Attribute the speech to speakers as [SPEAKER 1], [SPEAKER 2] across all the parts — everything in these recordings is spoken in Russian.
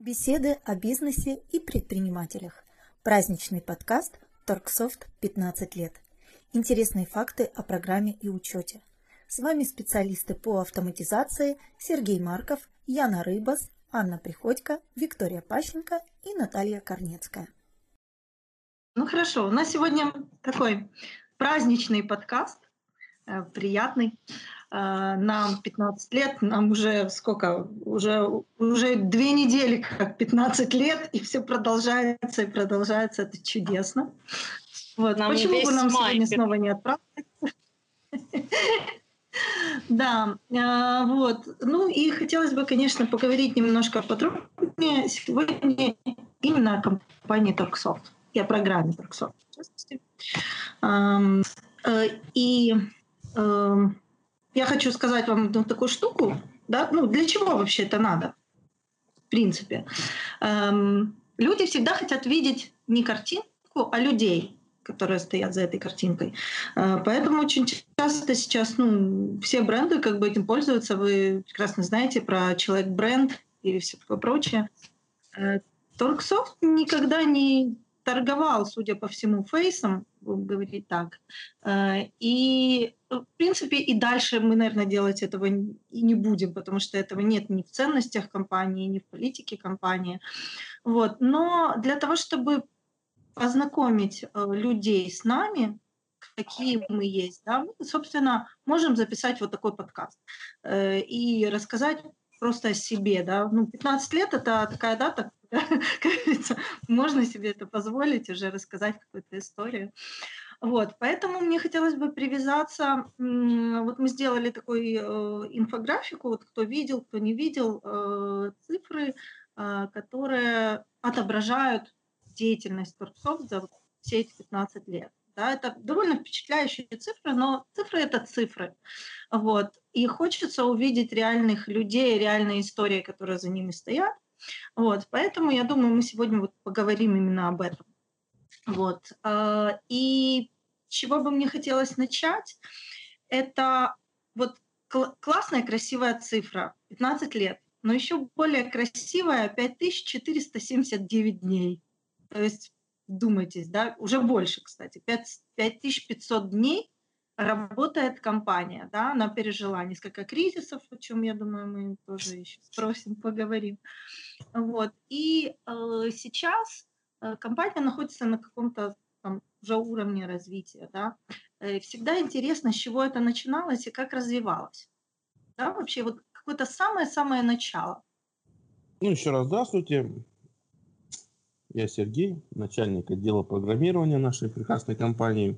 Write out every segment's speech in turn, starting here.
[SPEAKER 1] Беседы о бизнесе и предпринимателях. Праздничный подкаст Торксофт 15 лет. Интересные факты о программе и учете. С вами специалисты по автоматизации Сергей Марков, Яна Рыбас, Анна Приходько, Виктория Пащенко и Наталья Корнецкая.
[SPEAKER 2] Ну хорошо, у нас сегодня такой праздничный подкаст, приятный. Нам 15 лет, нам уже сколько? Уже 2 недели, как 15 лет, и все продолжается и продолжается. Это чудесно. Вот. Почему бы нам сегодня снова не отправиться? Да, вот. Ну и хотелось бы, конечно, поговорить немножко подробнее сегодня именно о компании Торксофт и о программе Торксофт. И я хочу сказать вам одну такую штуку, да, ну для чего вообще это надо, в принципе. Люди всегда хотят видеть не картинку, а людей, которые стоят за этой картинкой. Поэтому очень часто сейчас все бренды как бы этим пользуются. Вы прекрасно знаете про человек-бренд и все такое прочее. Торксофт никогда не торговал, судя по всему, фейсом, будем говорить так. И, в принципе, и дальше мы, наверное, делать этого и не будем, потому что этого нет ни в ценностях компании, ни в политике компании. Вот. Но для того, чтобы познакомить людей с нами, какие мы есть, да, мы, собственно, можем записать вот такой подкаст и рассказать просто о себе. Да. 15 лет – это такая дата, как говорится, можно себе это позволить, уже рассказать какую-то историю. Вот, поэтому мне хотелось бы привязаться. Вот мы сделали такую инфографику, вот кто видел, кто не видел, цифры, которые отображают деятельность Торксофт за все эти 15 лет. Да, это довольно впечатляющие цифры, но цифры – это цифры. Вот. И хочется увидеть реальных людей, реальные истории, которые за ними стоят. Вот. Поэтому, я думаю, мы сегодня вот поговорим именно об этом. Вот. И чего бы мне хотелось начать, это вот классная, красивая цифра, 15 лет, но еще более красивая 5479 дней. То есть, вдумайтесь, да, уже больше, кстати, 5500 дней работает компания, да, она пережила несколько кризисов, о чем, я думаю, мы тоже еще спросим, поговорим. Вот. И сейчас компания находится на каком-то там уже уровне развития, да. Всегда интересно, с чего это начиналось и как развивалось. Да, вообще вот какое-то самое-самое начало.
[SPEAKER 3] Еще раз здравствуйте. Я Сергей, начальник отдела программирования нашей прекрасной компании.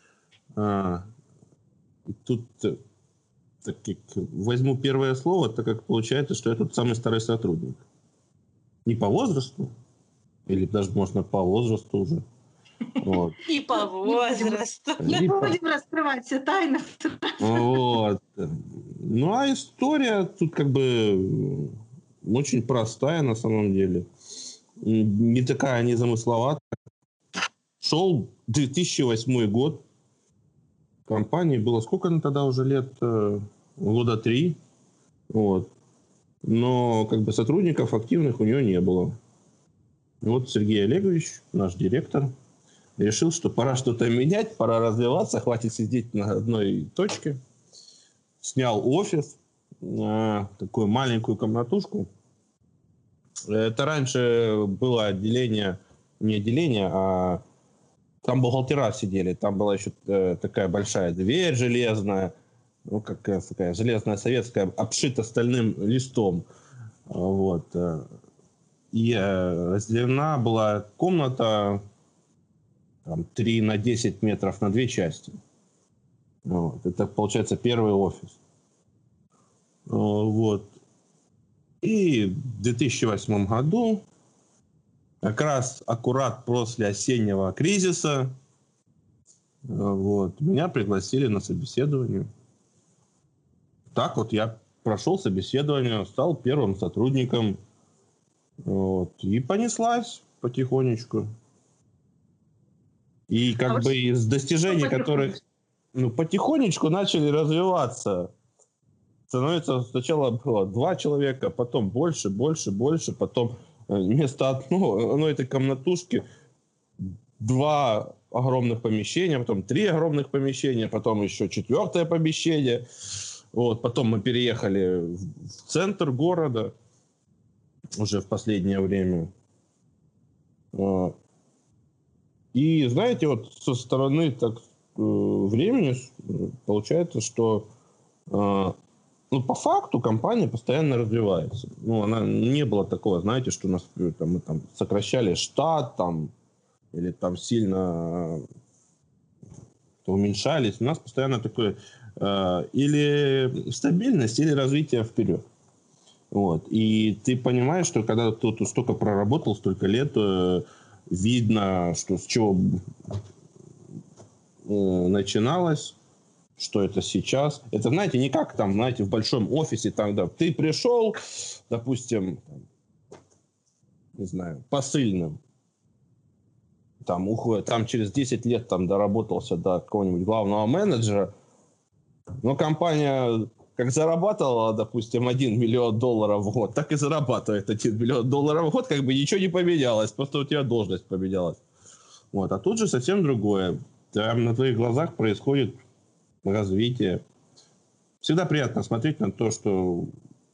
[SPEAKER 3] Тут так как возьму первое слово, так как получается, что я тут самый старый сотрудник. Не по возрасту, или даже можно по возрасту уже.
[SPEAKER 2] Вот. И по возрасту. Не будем раскрывать все тайны.
[SPEAKER 3] Вот. Ну, а история тут как бы очень простая на самом деле. Не такая незамысловатая. Шел 2008 год. Компании было сколько она тогда уже лет? Года 3. Вот. Но как бы сотрудников активных у нее не было. Вот Сергей Олегович, наш директор, решил, что пора что-то менять, пора развиваться, хватит сидеть на одной точке. Снял офис, такую маленькую комнатушку. Это раньше было отделение, не отделение, а там бухгалтера сидели. Там была еще такая большая дверь железная, ну, как такая железная советская, обшита стальным листом. Вот. И разделена была комната там, 3 на 10 метров на 2 части. Вот. Это, получается, первый офис. Вот. И в 2008 году, как раз аккурат после осеннего кризиса, вот, меня пригласили на собеседование. Так вот я прошел собеседование, стал первым сотрудником. Вот, и понеслась потихонечку. И как бы из достижений, которых потихонечку начали развиваться. Становится сначала было 2 человека, потом больше, потом вместо одной этой комнатушки 2 огромных помещения, потом 3 огромных помещения, потом еще 4-е помещение. Вот, потом мы переехали в центр города уже в последнее время. И знаете, вот со стороны так времени получается, что по факту компания постоянно развивается. Она не было такого, знаете, что мы там сокращали штат или там сильно уменьшались. У нас постоянно такое или стабильность, или развитие вперед. Вот. И ты понимаешь, что когда ты столько проработал, столько лет, видно, что с чего начиналось, что это сейчас. Это, знаете, не как там, знаете, в большом офисе, да, ты пришел, допустим, не знаю, посыльным, там через 10 лет доработался до какого-нибудь главного менеджера, но компания как зарабатывала, допустим, $1 миллион в год, так и зарабатывает $1 миллион в год, как бы ничего не поменялось, просто у тебя должность поменялась. Вот. А тут же совсем другое. Там на твоих глазах происходит развитие. Всегда приятно смотреть на то, что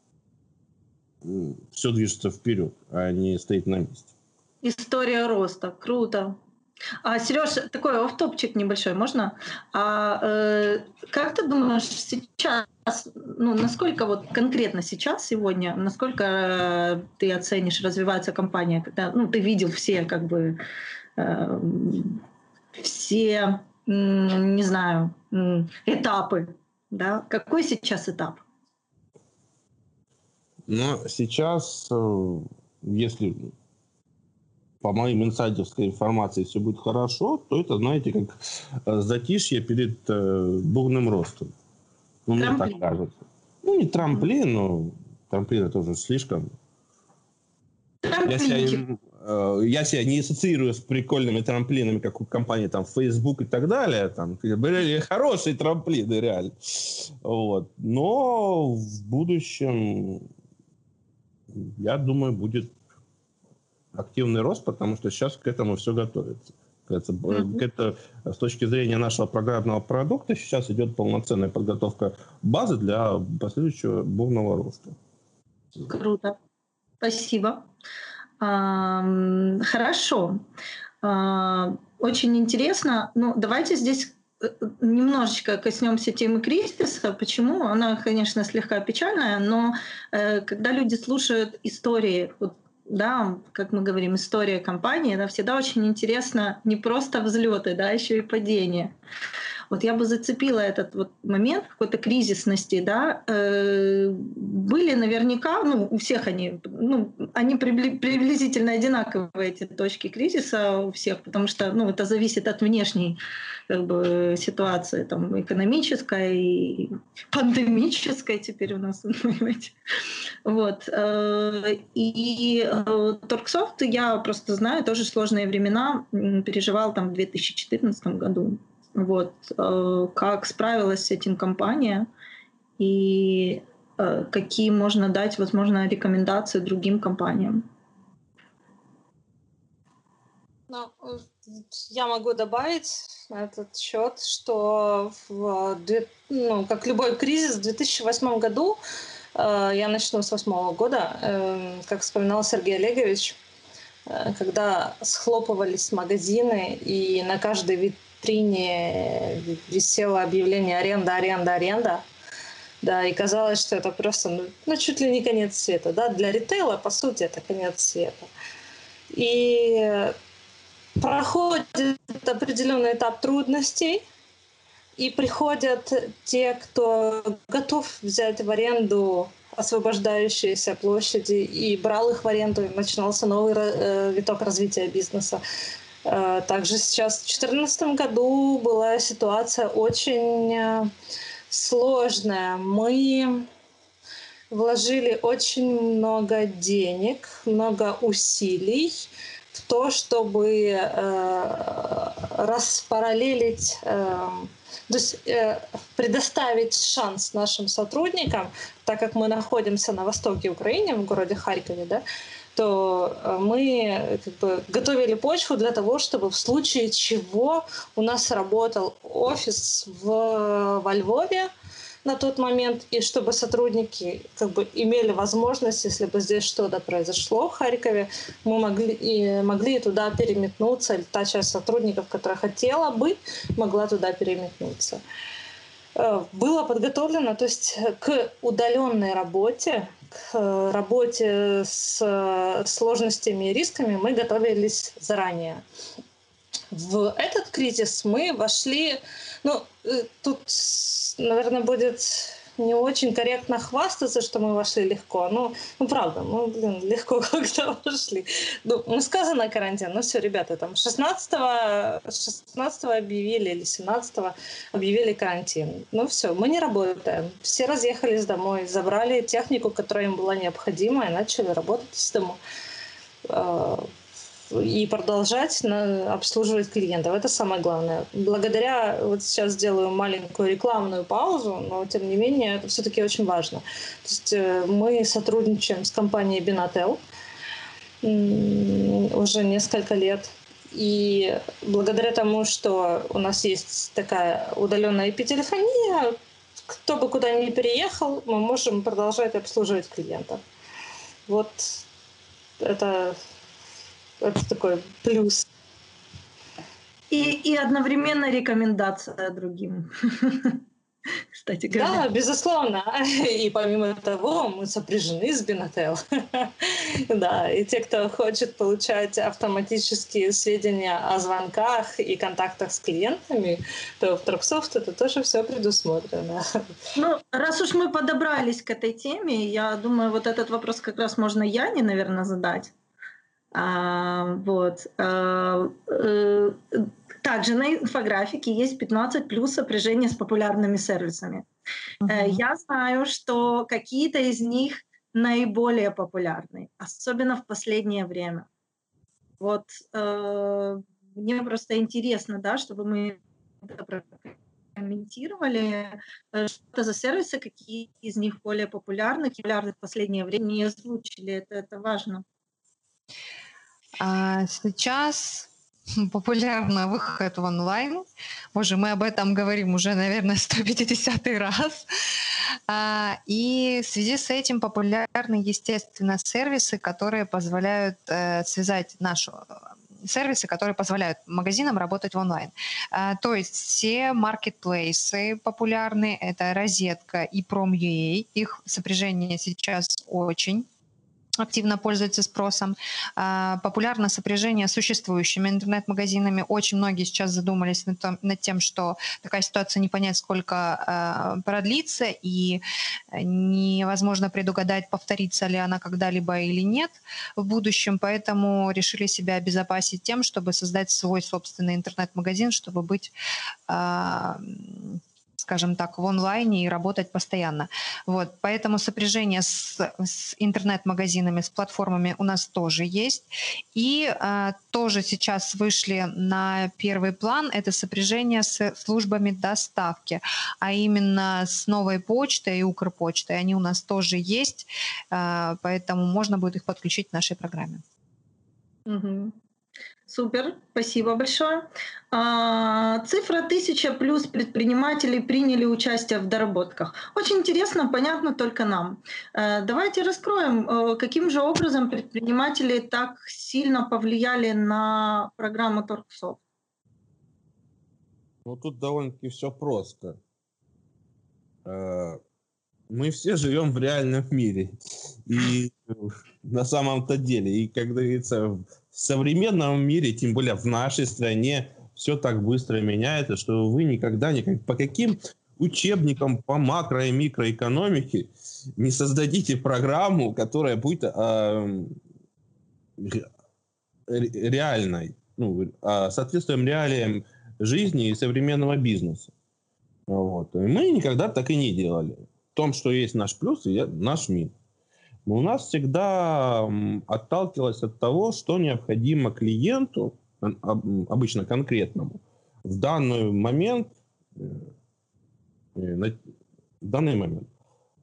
[SPEAKER 3] все движется вперед, а не стоит на месте.
[SPEAKER 2] История роста. Круто. Сереж, такой офф-топчик небольшой, можно? Как ты думаешь, сейчас, насколько вот конкретно сейчас, сегодня, насколько ты оценишь, развивается компания, когда, ты видел все, все, не знаю, этапы, да? Какой сейчас этап?
[SPEAKER 3] Сейчас, если по моим инсайдерской информации все будет хорошо, то это, знаете, как затишье перед бурным ростом. Мне так кажется. Не трамплин, но трамплин это уже слишком. Я себя не ассоциирую с прикольными трамплинами, как у компании Facebook и так далее. Там были хорошие трамплины, реально. Вот. Но в будущем, я думаю, будет активный рост, потому что сейчас к этому все готовится. Это, с точки зрения нашего программного продукта, сейчас идет полноценная подготовка базы для последующего бурного роста.
[SPEAKER 2] Круто. Спасибо. Хорошо. Очень интересно. Давайте здесь немножечко коснемся темы кризиса. Почему? Она, конечно, слегка печальная, но когда люди слушают истории, да, как мы говорим, история компании, да, всегда очень интересно не просто взлеты, да, еще и падения. Вот я бы зацепила этот момент какой-то кризисности, да, были наверняка, у всех они приблизительно одинаковые, эти точки кризиса у всех, потому что, это зависит от внешней ситуации, экономической и пандемической теперь у нас, понимаете. Вот. И Торксофт, я просто знаю, тоже сложные времена переживал в 2014 году. Вот. Как справилась с этим компания и какие можно дать, возможно, рекомендации другим компаниям?
[SPEAKER 4] Я могу добавить на этот счет, что как любой кризис в 2008 году, я начну с 2008 года, как вспоминал Сергей Олегович, когда схлопывались магазины и на каждой витрине висело объявление аренда. Да, и казалось, что это просто чуть ли не конец света. Да? Для ритейла, по сути, это конец света. И проходит определенный этап трудностей, и приходят те, кто готов взять в аренду освобождающиеся площади, и брал их в аренду, и начинался новый виток развития бизнеса. Также сейчас в 2014 году была ситуация очень сложная. Мы вложили очень много денег, много усилий в то, чтобы распараллелить, то есть предоставить шанс нашим сотрудникам, так как мы находимся на востоке Украины, в городе Харькове, да, то мы как бы готовили почву для того, чтобы в случае чего у нас работал офис во Львове на тот момент, и чтобы сотрудники как бы имели возможность, если бы здесь что-то произошло в Харькове, мы могли туда переметнуться, или та часть сотрудников, которая хотела бы, могла туда переметнуться. Было подготовлено, то есть к удаленной работе, к работе с сложностями и рисками мы готовились заранее. В этот кризис мы вошли, тут, наверное, будет не очень корректно хвастаться, что мы вошли легко. Правда, легко как-то вошли. Мы сказано карантин, все, ребята, там 16-го объявили или 17-го объявили карантин. Все, мы не работаем. Все разъехались домой, забрали технику, которая им была необходима, и начали работать из дома. И продолжать обслуживать клиентов. Это самое главное. Благодаря, вот сейчас сделаю маленькую рекламную паузу, но тем не менее это все-таки очень важно. То есть мы сотрудничаем с компанией Binatel уже несколько лет. И благодаря тому, что у нас есть такая удаленная IP-телефония, кто бы куда ни переехал, мы можем продолжать обслуживать клиентов. Вот это такой плюс.
[SPEAKER 2] И одновременно рекомендация другим. Кстати говоря.
[SPEAKER 4] Да, безусловно. И помимо того, мы сопряжены с Binatel. Да, и те, кто хочет получать автоматические сведения о звонках и контактах с клиентами, то в Торксофт это тоже все предусмотрено.
[SPEAKER 2] Раз уж мы подобрались к этой теме, я думаю, вот этот вопрос как раз можно Яне, наверное, задать. Также на инфографике есть 15+ сопряжение с популярными сервисами. Я знаю, что какие-то из них наиболее популярны, особенно в последнее время. Вот мне просто интересно, да, чтобы мы это прокомментировали, что это за сервисы, какие из них более популярны в последнее время, не озвучили, это важно.
[SPEAKER 5] Сейчас популярно выход в онлайн. Боже, мы об этом говорим уже, наверное, 150-й раз. И в связи с этим популярны, естественно, сервисы, которые позволяют связать сервисы, которые позволяют магазинам работать в онлайн. То есть все маркетплейсы популярны, это Розетка и Prom.ua. Их сопряжение сейчас очень активно пользуется спросом. Популярно сопряжение с существующими интернет-магазинами. Очень многие сейчас задумались над тем, что такая ситуация не понять, сколько продлится, и невозможно предугадать, повторится ли она когда-либо или нет в будущем. Поэтому решили себя обезопасить тем, чтобы создать свой собственный интернет-магазин, чтобы быть, скажем так, в онлайне и работать постоянно. Вот. Поэтому сопряжение с интернет-магазинами, с платформами у нас тоже есть. И тоже сейчас вышли на первый план это сопряжение с службами доставки, а именно с Новой почтой и Укрпочтой. Они у нас тоже есть, поэтому можно будет их подключить к нашей программе.
[SPEAKER 2] Угу. Супер, спасибо большое. Цифра 1000+ предпринимателей приняли участие в доработках. Очень интересно, понятно только нам. Давайте раскроем, каким же образом предприниматели так сильно повлияли на программу Торксофт.
[SPEAKER 3] Тут довольно-таки все просто. Мы все живем в реальном мире. И на самом-то деле, и, как говорится, в современном мире, тем более в нашей стране, все так быстро меняется, что вы никогда по каким учебникам по макро- и микроэкономике не создадите программу, которая будет реальной, соответствуем реалиям жизни и современного бизнеса. Вот. И мы никогда так и не делали. В том, что есть наш плюс и наш минус. Но у нас всегда отталкивалось от того, что необходимо клиенту, обычно конкретному, в данный момент.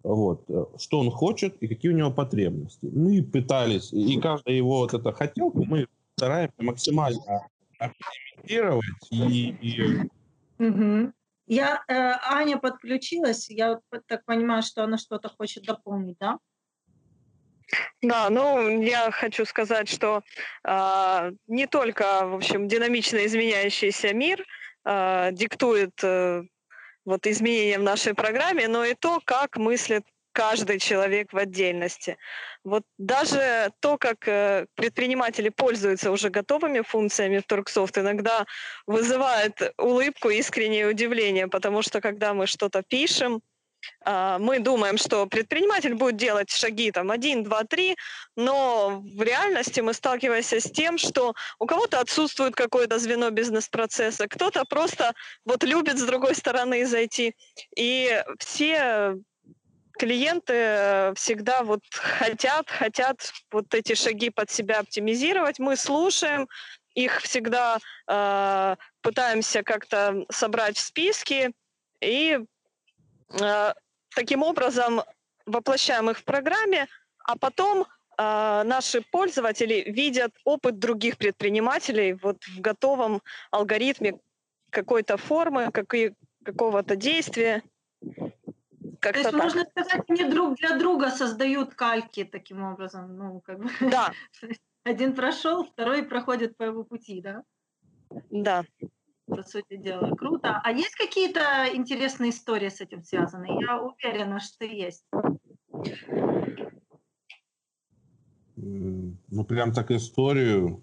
[SPEAKER 3] Вот, что он хочет и какие у него потребности. Мы пытались, и каждая его вот эта хотелку мы стараемся максимально оптимизировать
[SPEAKER 2] Мгм. Аня подключилась, я так понимаю, что она что-то хочет дополнить, да?
[SPEAKER 6] Да, ну, я хочу сказать, что не только, в общем, динамично изменяющийся мир диктует вот изменения в нашей программе, но и то, как мыслит каждый человек в отдельности. Вот даже то, как предприниматели пользуются уже готовыми функциями в Торксофт, иногда вызывает улыбку и искреннее удивление, потому что когда мы что-то пишем, мы думаем, что предприниматель будет делать шаги там 1, 2, 3, но в реальности мы сталкиваемся с тем, что у кого-то отсутствует какое-то звено бизнес-процесса, кто-то просто вот любит с другой стороны зайти. И все клиенты всегда вот хотят вот эти шаги под себя оптимизировать. Мы слушаем, их всегда пытаемся как-то собрать в списки и таким образом воплощаем их в программе, а потом наши пользователи видят опыт других предпринимателей вот в готовом алгоритме какой-то формы, какого-то действия.
[SPEAKER 2] То есть, можно сказать, они друг для друга создают кальки таким образом. Ну, как бы.
[SPEAKER 6] Да.
[SPEAKER 2] Один прошел, второй проходит по его пути, да?
[SPEAKER 6] Да.
[SPEAKER 2] По сути дела. Круто. А есть какие-то интересные истории с этим связаны? Я уверена, что есть.
[SPEAKER 3] ну, прям так историю.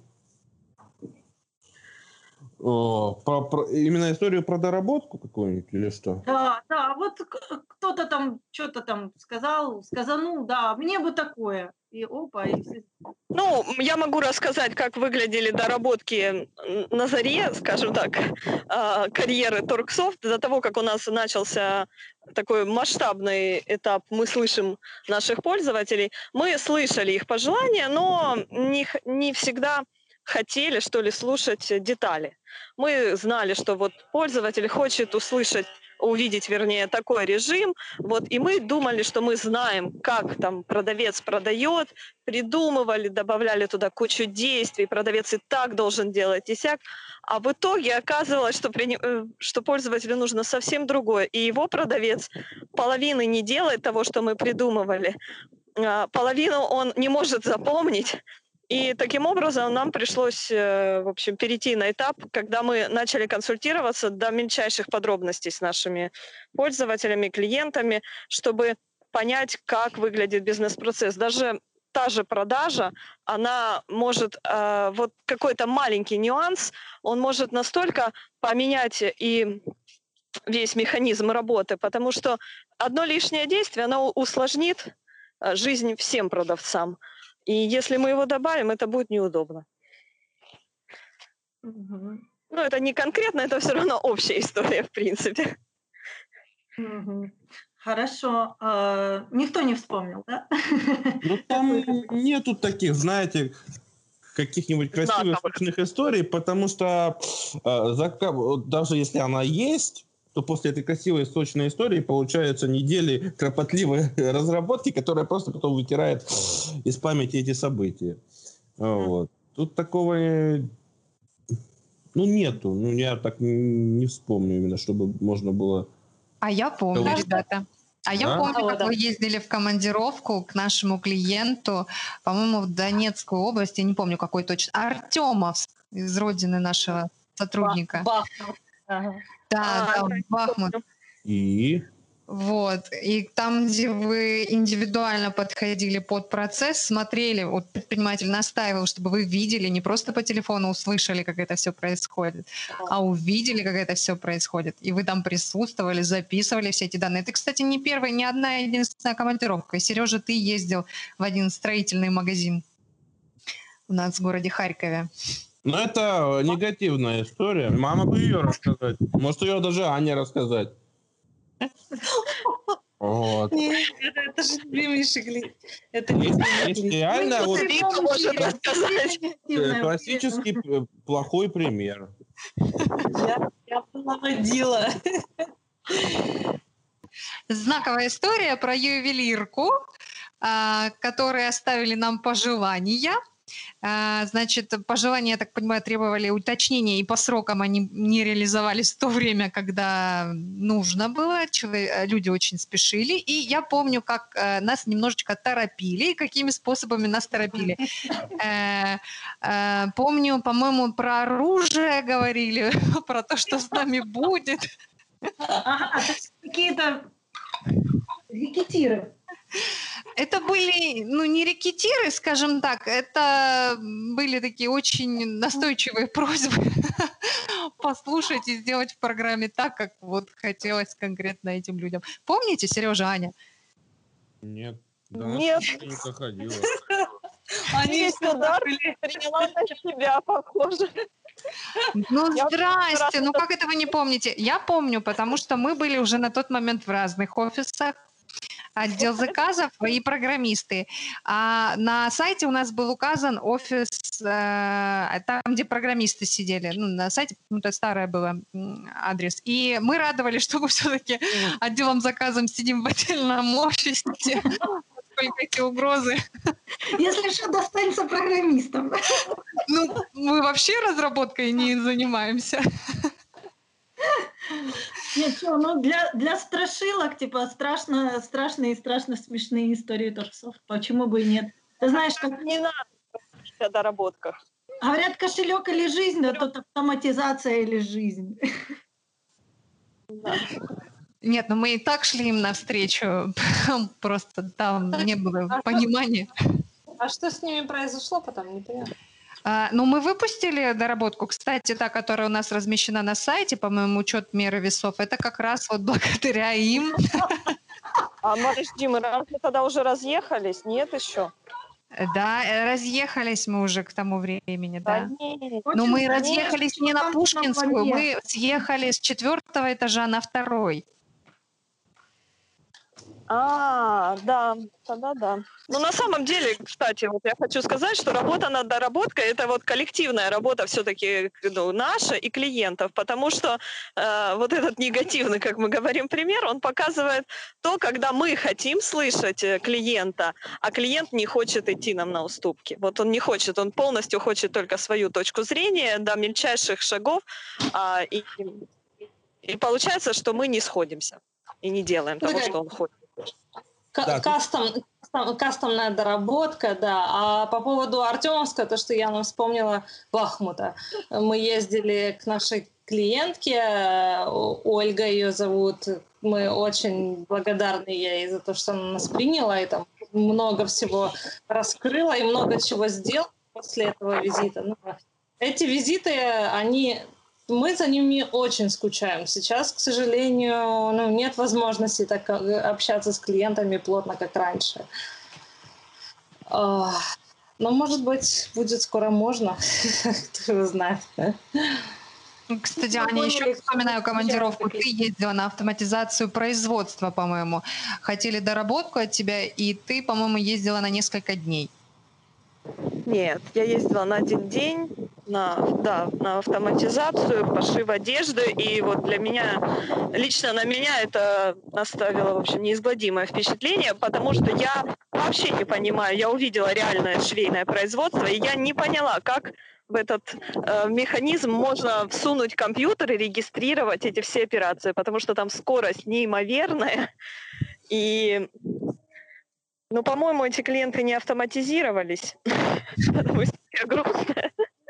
[SPEAKER 3] Именно историю про доработку какую-нибудь или что?
[SPEAKER 2] Да, вот кто-то там что-то там сказанул, да, мне бы такое. И опа, и все.
[SPEAKER 6] Ну, я могу рассказать, как выглядели доработки на заре, скажем так, карьеры Торксофт. До того, как у нас начался такой масштабный этап, мы слышим наших пользователей, мы слышали их пожелания, но не всегда хотели, что ли, слушать детали. Мы знали, что вот пользователь хочет увидеть, вернее, такой режим, вот, и мы думали, что мы знаем, как там продавец продает, придумывали, добавляли туда кучу действий, продавец и так должен делать, и сяк, а в итоге оказывалось, что пользователю нужно совсем другое, и его продавец половины не делает того, что мы придумывали, половину он не может запомнить. И таким образом нам пришлось, в общем, перейти на этап, когда мы начали консультироваться до мельчайших подробностей с нашими пользователями, клиентами, чтобы понять, как выглядит бизнес-процесс. Даже та же продажа, она может, вот какой-то маленький нюанс, он может настолько поменять и весь механизм работы, потому что одно лишнее действие, оно усложнит жизнь всем продавцам. И если мы его добавим, это будет неудобно.
[SPEAKER 2] Угу.
[SPEAKER 6] Ну, это не конкретно, это все равно общая история, в принципе.
[SPEAKER 2] Угу. Хорошо. Никто не вспомнил, да?
[SPEAKER 3] Ну, там нету таких, знаете, каких-нибудь красивых, сочных историй, потому что даже если она есть, то после этой красивой, сочной истории получаются недели кропотливой разработки, которая просто потом вытирает из памяти эти события. Вот. Тут такого нету. Ну, я так не вспомню именно, чтобы можно было...
[SPEAKER 5] А я помню, ребята. Я помню, как вы ездили в командировку к нашему клиенту, по-моему, в Донецкую область, я не помню, какой точно, Артемовск, из родины нашего сотрудника.
[SPEAKER 4] Бахмут. Ага.
[SPEAKER 5] Да, Бахмут.
[SPEAKER 3] И?
[SPEAKER 5] Вот. И там, где вы индивидуально подходили под процесс, смотрели, вот предприниматель настаивал, чтобы вы видели, не просто по телефону услышали, как это все происходит, а увидели, как это все происходит. И вы там присутствовали, записывали все эти данные. Это, кстати, не первая, не одна единственная командировка. Сережа, ты ездил в один строительный магазин у нас в городе Харькове.
[SPEAKER 3] Ну, это негативная история. Мама бы ее рассказать. Может, ее даже Аня рассказать. Вот.
[SPEAKER 4] Нет, это же любимейший клип. Это
[SPEAKER 3] есть реально вот классический плохой пример.
[SPEAKER 4] Я бы наводила.
[SPEAKER 5] знаковая история про ювелирку, которые оставили нам пожелания. Значит, пожелания, я так понимаю, требовали уточнения, и по срокам они не реализовались в то время, когда нужно было. Люди очень спешили. И я помню, как нас немножечко торопили, и какими способами нас торопили. Помню, по-моему, про оружие говорили, про то, что с нами будет.
[SPEAKER 2] Ага, то есть какие-то рекетиры.
[SPEAKER 5] Это были, не рекетиры, скажем так, это были такие очень настойчивые просьбы послушать и сделать в программе так, как вот хотелось конкретно этим людям. Помните, Сережа, Аня?
[SPEAKER 3] Нет, до
[SPEAKER 6] Нет.
[SPEAKER 3] нас не доходило.
[SPEAKER 6] Они сюда приняла на себя, похоже.
[SPEAKER 5] Здрасте, как это вы не помните? Я помню, потому что мы были уже на тот момент в разных офисах. Отдел заказов и программисты. А на сайте у нас был указан офис, там, где программисты сидели. На сайте почему-то старое было адрес. И мы радовались, что мы все-таки отделом заказом сидим в отдельном офисе. Сколько эти угрозы.
[SPEAKER 2] Если что, достанется программистам.
[SPEAKER 5] Мы вообще разработкой не занимаемся.
[SPEAKER 2] Нет, что, для страшилок, типа, страшные смешные истории торгсофт. Почему бы и нет? Ты знаешь, как...
[SPEAKER 6] Не надо о доработках.
[SPEAKER 2] Говорят, кошелек или жизнь, а тут автоматизация или жизнь.
[SPEAKER 6] Да.
[SPEAKER 5] Нет, мы и так шли им навстречу. Просто там не было понимания.
[SPEAKER 4] А что с ними произошло потом, не поняла?
[SPEAKER 5] Мы выпустили доработку. Кстати, та, которая у нас размещена на сайте, по-моему, учет меры весов, это как раз вот благодаря им.
[SPEAKER 6] А подожди, мы тогда уже разъехались? Нет еще?
[SPEAKER 5] Да, разъехались мы уже к тому времени, да. Но
[SPEAKER 2] Очень
[SPEAKER 5] мы разъехались не на Пушкинскую, мы съехали с 4-го этажа на 2-й.
[SPEAKER 6] Да, тогда да. Но на самом деле, кстати, вот я хочу сказать, что работа над доработкой – это вот коллективная работа все-таки наша и клиентов, потому что вот этот негативный, как мы говорим, пример, он показывает то, когда мы хотим слышать клиента, а клиент не хочет идти нам на уступки. Вот он не хочет, он полностью хочет только свою точку зрения до мельчайших шагов, и получается, что мы не сходимся и не делаем того, что он хочет.
[SPEAKER 4] Кастомная доработка, да. А по поводу Артемовска, то, что Яна вспомнила, Бахмута. Мы ездили к нашей клиентке, Ольга ее зовут. Мы очень благодарны ей за то, что она нас приняла и там много всего раскрыла и много чего сделала после этого визита. Но эти визиты, мы за ними очень скучаем. Сейчас, к сожалению, нет возможности так общаться с клиентами плотно, как раньше. Но, может быть, будет скоро можно. Кто его знает.
[SPEAKER 5] Кстати, Аня, еще вспоминаю командировку. Ты ездила на автоматизацию производства, по-моему. Хотели доработку от тебя, и ты, по-моему, ездила на несколько дней.
[SPEAKER 6] Нет, я ездила на 1 день на автоматизацию, пошив одежды, и вот для меня, лично на меня это оставило, в общем, неизгладимое впечатление, потому что я вообще не понимаю, я увидела реальное швейное производство, и я не поняла, как в этот механизм можно всунуть компьютер и регистрировать эти все операции, потому что там скорость неимоверная, и... по-моему, эти клиенты не автоматизировались, потому что я грустная.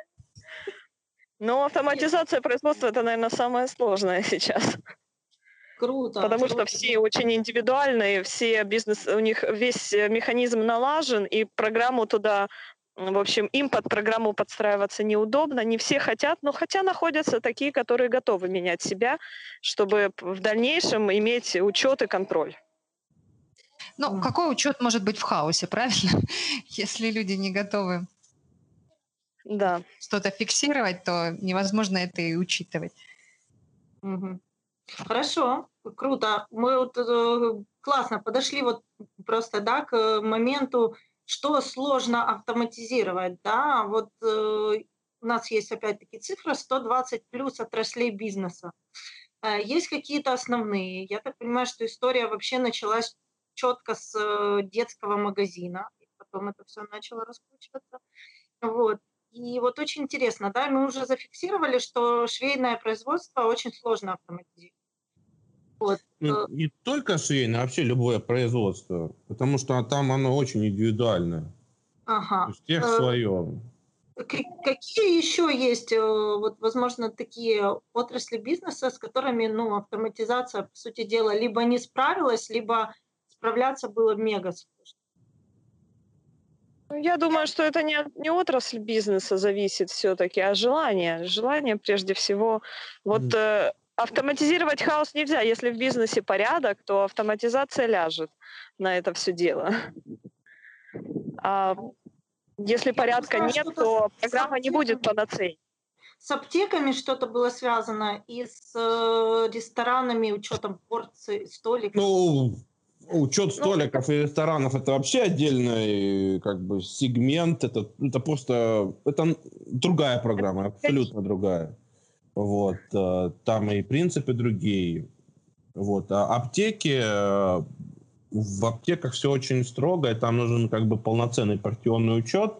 [SPEAKER 6] Но автоматизация производства – это, наверное, самое сложное сейчас.
[SPEAKER 2] Круто.
[SPEAKER 6] Потому что все очень индивидуальные, все у них весь механизм налажен, и программу туда, в общем, им под программу подстраиваться неудобно. Не все хотят, но хотя находятся такие, которые готовы менять себя, чтобы в дальнейшем иметь учет и контроль.
[SPEAKER 5] Какой учет может быть в хаосе, правильно? Если люди не готовы что-то фиксировать, то невозможно это и учитывать.
[SPEAKER 2] Угу. Хорошо, круто. Мы вот классно подошли вот просто, да, к моменту, что сложно автоматизировать, да. Вот у нас есть опять-таки цифра 120 плюс отраслей бизнеса. Есть какие-то основные. Я так понимаю, что история вообще началась четко с детского магазина, и потом это все начало раскручиваться. Вот. И вот очень интересно, да, мы уже зафиксировали, что швейное производство очень сложно автоматизировать. Вот.
[SPEAKER 3] Ну, не только швейное, а вообще любое производство. Потому что там оно очень индивидуальное.
[SPEAKER 2] Ага.
[SPEAKER 3] У всех свое.
[SPEAKER 2] Какие еще есть, вот, возможно, такие отрасли бизнеса, с которыми, ну, автоматизация, по сути дела, либо не справилась, либо справляться было мега сложно?
[SPEAKER 6] Ну, я думаю, что это не отрасль бизнеса зависит все-таки, а желание. Желание прежде всего. Вот автоматизировать хаос нельзя. Если в бизнесе порядок, то автоматизация ляжет на это все дело. А если порядка нет, то программа не будет панацеей.
[SPEAKER 2] С аптеками что-то было связано и с ресторанами, учетом порций, столиков?
[SPEAKER 3] Ну, учет столиков и ресторанов это вообще отдельный как бы сегмент. Это просто это другая программа, абсолютно другая. Вот, там и принципы другие. Вот, а аптеки, в аптеках все очень строго, и там нужен как бы полноценный партионный учет.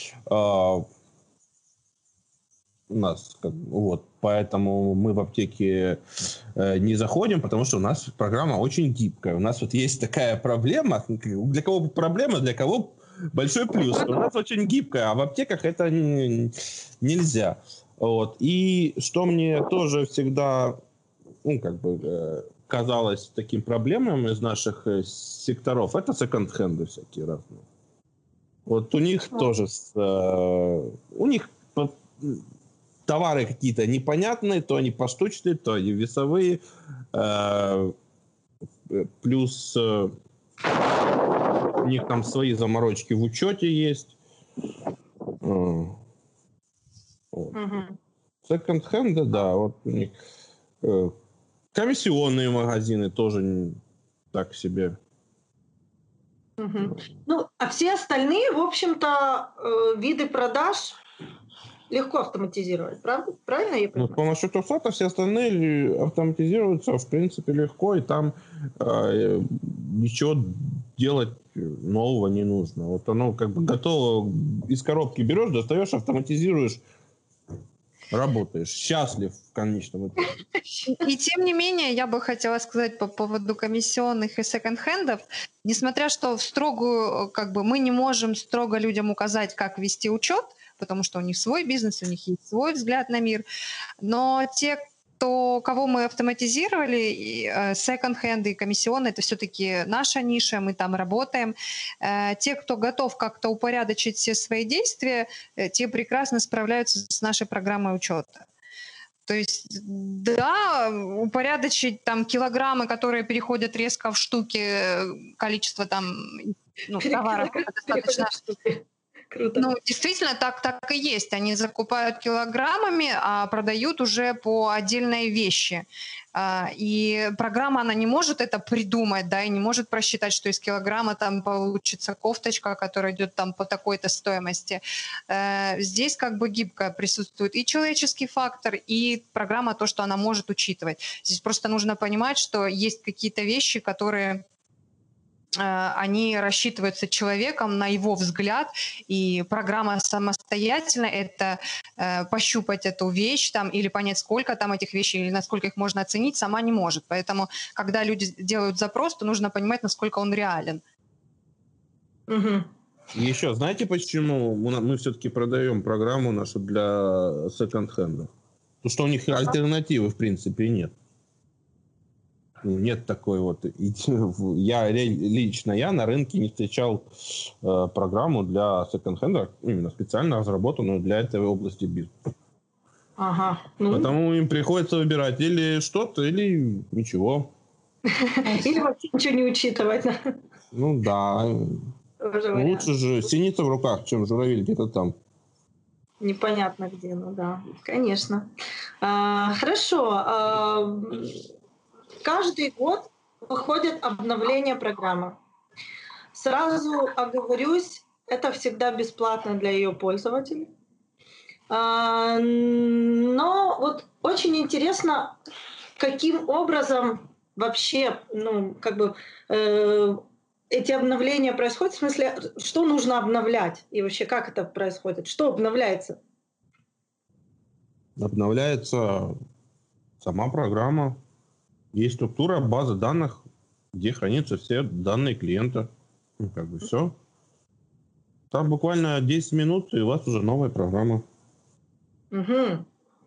[SPEAKER 3] У нас, вот, поэтому мы в аптеки не заходим, потому что у нас программа очень гибкая. У нас вот есть такая проблема, для кого проблема, для кого большой плюс. У нас очень гибкая, а в аптеках это нельзя. Вот. И что мне тоже всегда, ну, как бы, казалось таким проблемным из наших секторов, это секонд-хенды всякие разные. Вот у них тоже, у них товары какие-то непонятные, то они поштучные, то они весовые, плюс у них там свои заморочки в учете есть. Секонд-хенды, да, вот у них комиссионные магазины тоже так себе.
[SPEAKER 2] Ну, а все остальные, в общем-то, виды продаж легко автоматизировать, правда? Правильно я понимаю?
[SPEAKER 3] Ну, с помощью Турсота все остальные автоматизируются, в принципе, легко, и там ничего делать нового не нужно. Вот оно как бы готово, из коробки берешь, достаешь, автоматизируешь, работаешь, счастлив в конечном итоге.
[SPEAKER 5] И тем не менее, я бы хотела сказать по поводу комиссионных и секонд-хендов, несмотря что в строгую, как бы мы не можем строго людям указать, как вести учет, потому что у них свой бизнес, у них есть свой взгляд на мир, но те, кого мы автоматизировали, секонд-хенды и комиссионные, это все-таки наша ниша, мы там работаем. Те, кто готов как-то упорядочить все свои действия, те прекрасно справляются с нашей программой учета. То есть, да, упорядочить там килограммы, которые переходят резко в штуки, количество там, ну, товаров, это достаточно...
[SPEAKER 2] Круто.
[SPEAKER 5] Ну, действительно, так и есть. Они закупают килограммами, а продают уже по отдельной вещи. И программа, она не может это придумать, да, и не может просчитать, что из килограмма там получится кофточка, которая идет там по такой-то стоимости. Здесь как бы гибко присутствует и человеческий фактор, и программа то, что она может учитывать. Здесь просто нужно понимать, что есть какие-то вещи, которые... они рассчитываются человеком на его взгляд, и программа самостоятельно это пощупать эту вещь там, или понять, сколько там этих вещей, или насколько их можно оценить, сама не может. Поэтому, когда люди делают запрос, то нужно понимать, насколько он реален.
[SPEAKER 3] И еще, знаете, почему мы все-таки продаем программу нашу для секонд-хендов? Потому что у них альтернативы, в принципе, нет. Нет такой вот... Я на рынке не встречал программу для секонд-хенда, именно специально разработанную для этой области бизнеса.
[SPEAKER 2] Ага.
[SPEAKER 3] Потому им приходится выбирать или что-то, или ничего.
[SPEAKER 2] Или вообще ничего не учитывать.
[SPEAKER 3] Ну да. Лучше же синица в руках, чем журавель где-то там.
[SPEAKER 2] Непонятно где, ну да, конечно. Хорошо. Каждый год выходит обновление программы. Сразу оговорюсь, это всегда бесплатно для ее пользователей. Но вот очень интересно, каким образом вообще, эти обновления происходят? В смысле, что нужно обновлять? И вообще, как это происходит? Что обновляется?
[SPEAKER 3] Обновляется сама программа. Есть структура базы данных, где хранятся все данные клиента. Все. Там буквально 10 минут, и у вас уже новая программа.
[SPEAKER 2] Угу.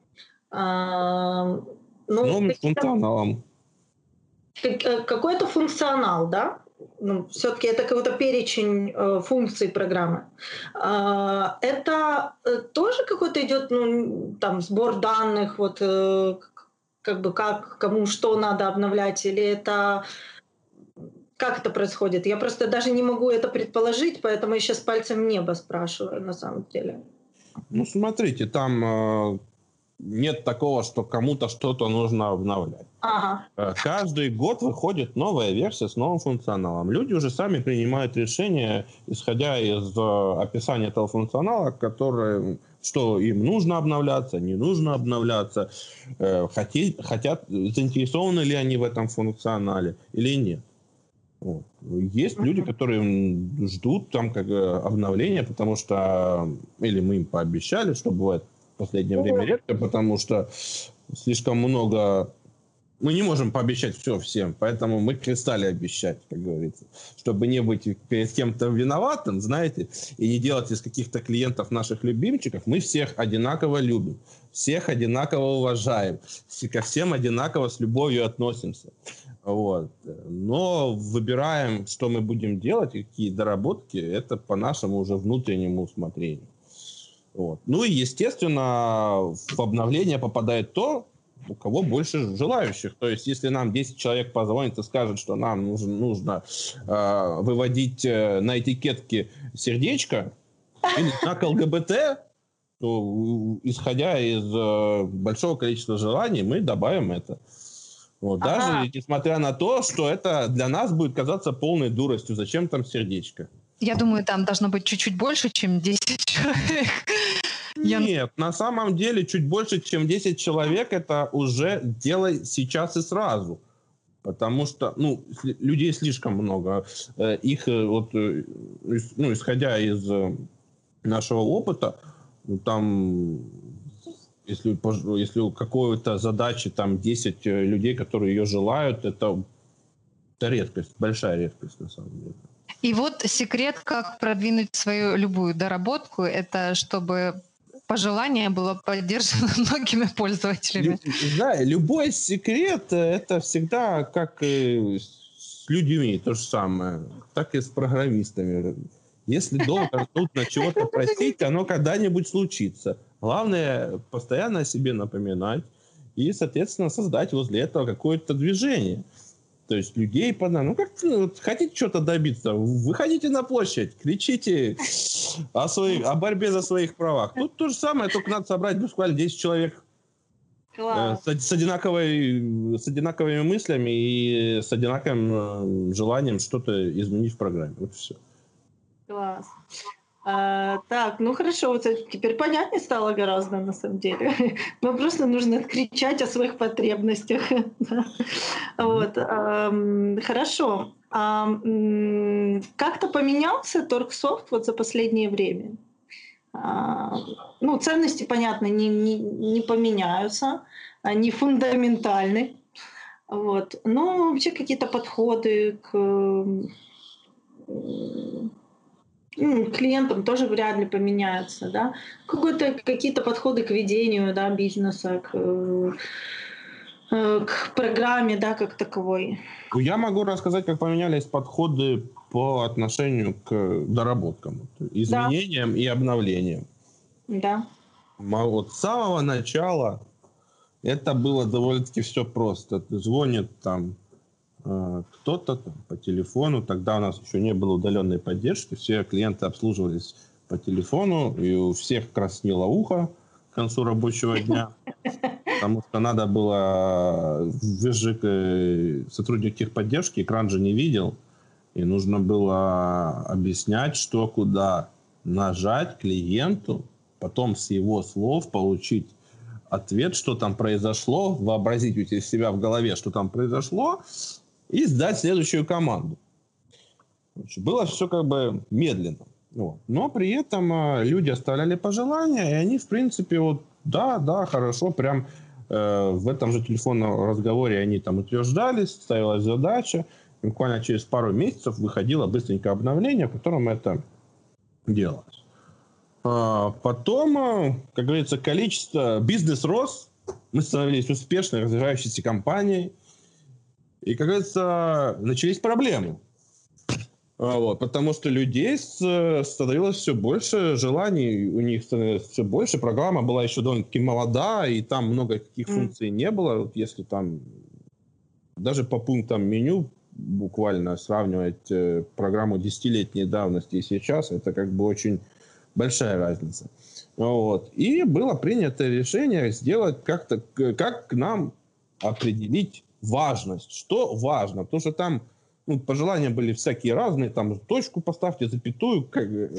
[SPEAKER 3] С новым функционалом.
[SPEAKER 2] Какой-то функционал, да? Все-таки это какой-то перечень функций программы. Это тоже какой-то идет, сбор данных, как кому что надо обновлять, или это как это происходит? Я просто даже не могу это предположить, поэтому я сейчас пальцем в небо спрашиваю на самом деле.
[SPEAKER 3] Смотрите, там нет такого, что кому-то что-то нужно обновлять.
[SPEAKER 2] Ага.
[SPEAKER 3] Каждый год выходит новая версия с новым функционалом. Люди уже сами принимают решения, исходя из описания этого функционала, что им нужно обновляться, не нужно обновляться, хотят, заинтересованы ли они в этом функционале или нет. Есть люди, которые ждут там обновления, потому что или мы им пообещали, что бывает в последнее время редко, потому что слишком много... Мы не можем пообещать все всем, поэтому мы перестали обещать, как говорится. Чтобы не быть перед кем-то виноватым, знаете, и не делать из каких-то клиентов наших любимчиков. Мы всех одинаково любим, всех одинаково уважаем, ко всем одинаково с любовью относимся. Но выбираем, что мы будем делать, какие доработки, это по нашему уже внутреннему усмотрению. И, естественно, в обновление попадает то, у кого больше желающих. То есть, если нам 10 человек позвонит и скажет, что нам нужно выводить на этикетке сердечко или знак ЛГБТ, то, исходя из большого количества желаний, мы добавим это. Даже несмотря на то, что это для нас будет казаться полной дуростью. Зачем там сердечко?
[SPEAKER 5] Я думаю, там должно быть чуть-чуть больше, чем 10 человек.
[SPEAKER 3] Нет, на самом деле чуть больше, чем 10 человек, это уже делай сейчас и сразу. Потому что, людей слишком много. Их, исходя из нашего опыта, там, если у какой-то задачи там 10 людей, которые ее желают, это редкость, большая редкость на самом деле.
[SPEAKER 5] И секрет, как продвинуть свою любую доработку, это чтобы пожелание было поддержано многими пользователями.
[SPEAKER 3] Да, любой секрет, это всегда как и с людьми то же самое, так и с программистами. Если долго нудно чего-то просить, оно когда-нибудь случится. Главное, постоянно о себе напоминать и, соответственно, создать возле этого какое-то движение. То есть людей хотите что-то добиться, выходите на площадь, кричите о борьбе за своих правах. Тут то же самое, только надо собрать буквально 10 человек с одинаковыми мыслями и с одинаковым желанием что-то изменить в программе. Вот все.
[SPEAKER 2] Класс. Так, хорошо, теперь понятнее стало гораздо, на самом деле. Нам просто нужно кричать о своих потребностях. Хорошо. Как-то поменялся Торксофт за последнее время? Ценности, понятно, не поменяются, они фундаментальны. Но вообще какие-то подходы к клиентам тоже вряд ли поменяются, да? Какие-то подходы к ведению, да, бизнеса, к программе, да, как таковой.
[SPEAKER 3] Я могу рассказать, как поменялись подходы по отношению к доработкам, изменениям и обновлениям.
[SPEAKER 2] Да.
[SPEAKER 3] С самого начала это было довольно-таки все просто. Звонит кто-то по телефону, тогда у нас еще не было удаленной поддержки, все клиенты обслуживались по телефону, и у всех краснело ухо к концу рабочего дня, потому что надо было сотрудник техподдержки, экран же не видел, и нужно было объяснять, что куда нажать клиенту, потом с его слов получить ответ, что там произошло, вообразить у себя в голове, что там произошло, и сдать следующую команду. Было все как бы медленно. Вот. Но при этом люди оставляли пожелания, и они, в принципе, вот, да, хорошо, прям в этом же телефонном разговоре они там утверждались, ставилась задача, и буквально через пару месяцев выходило быстренько обновление, в котором это делалось. Потом, как говорится, бизнес рос, мы становились успешной, развивающейся компанией, и, как говорится, начались проблемы. Вот, потому что людей становилось все больше, желаний у них становилось все больше. Программа была еще довольно-таки молода, и там много каких функций не было. Вот если там даже по пунктам меню буквально сравнивать программу 10-летней давности и сейчас, это как бы очень большая разница. Вот. И было принято решение сделать как-то, как нам определить важность. Что важно? Потому что там пожелания были всякие разные. Там точку поставьте, запятую,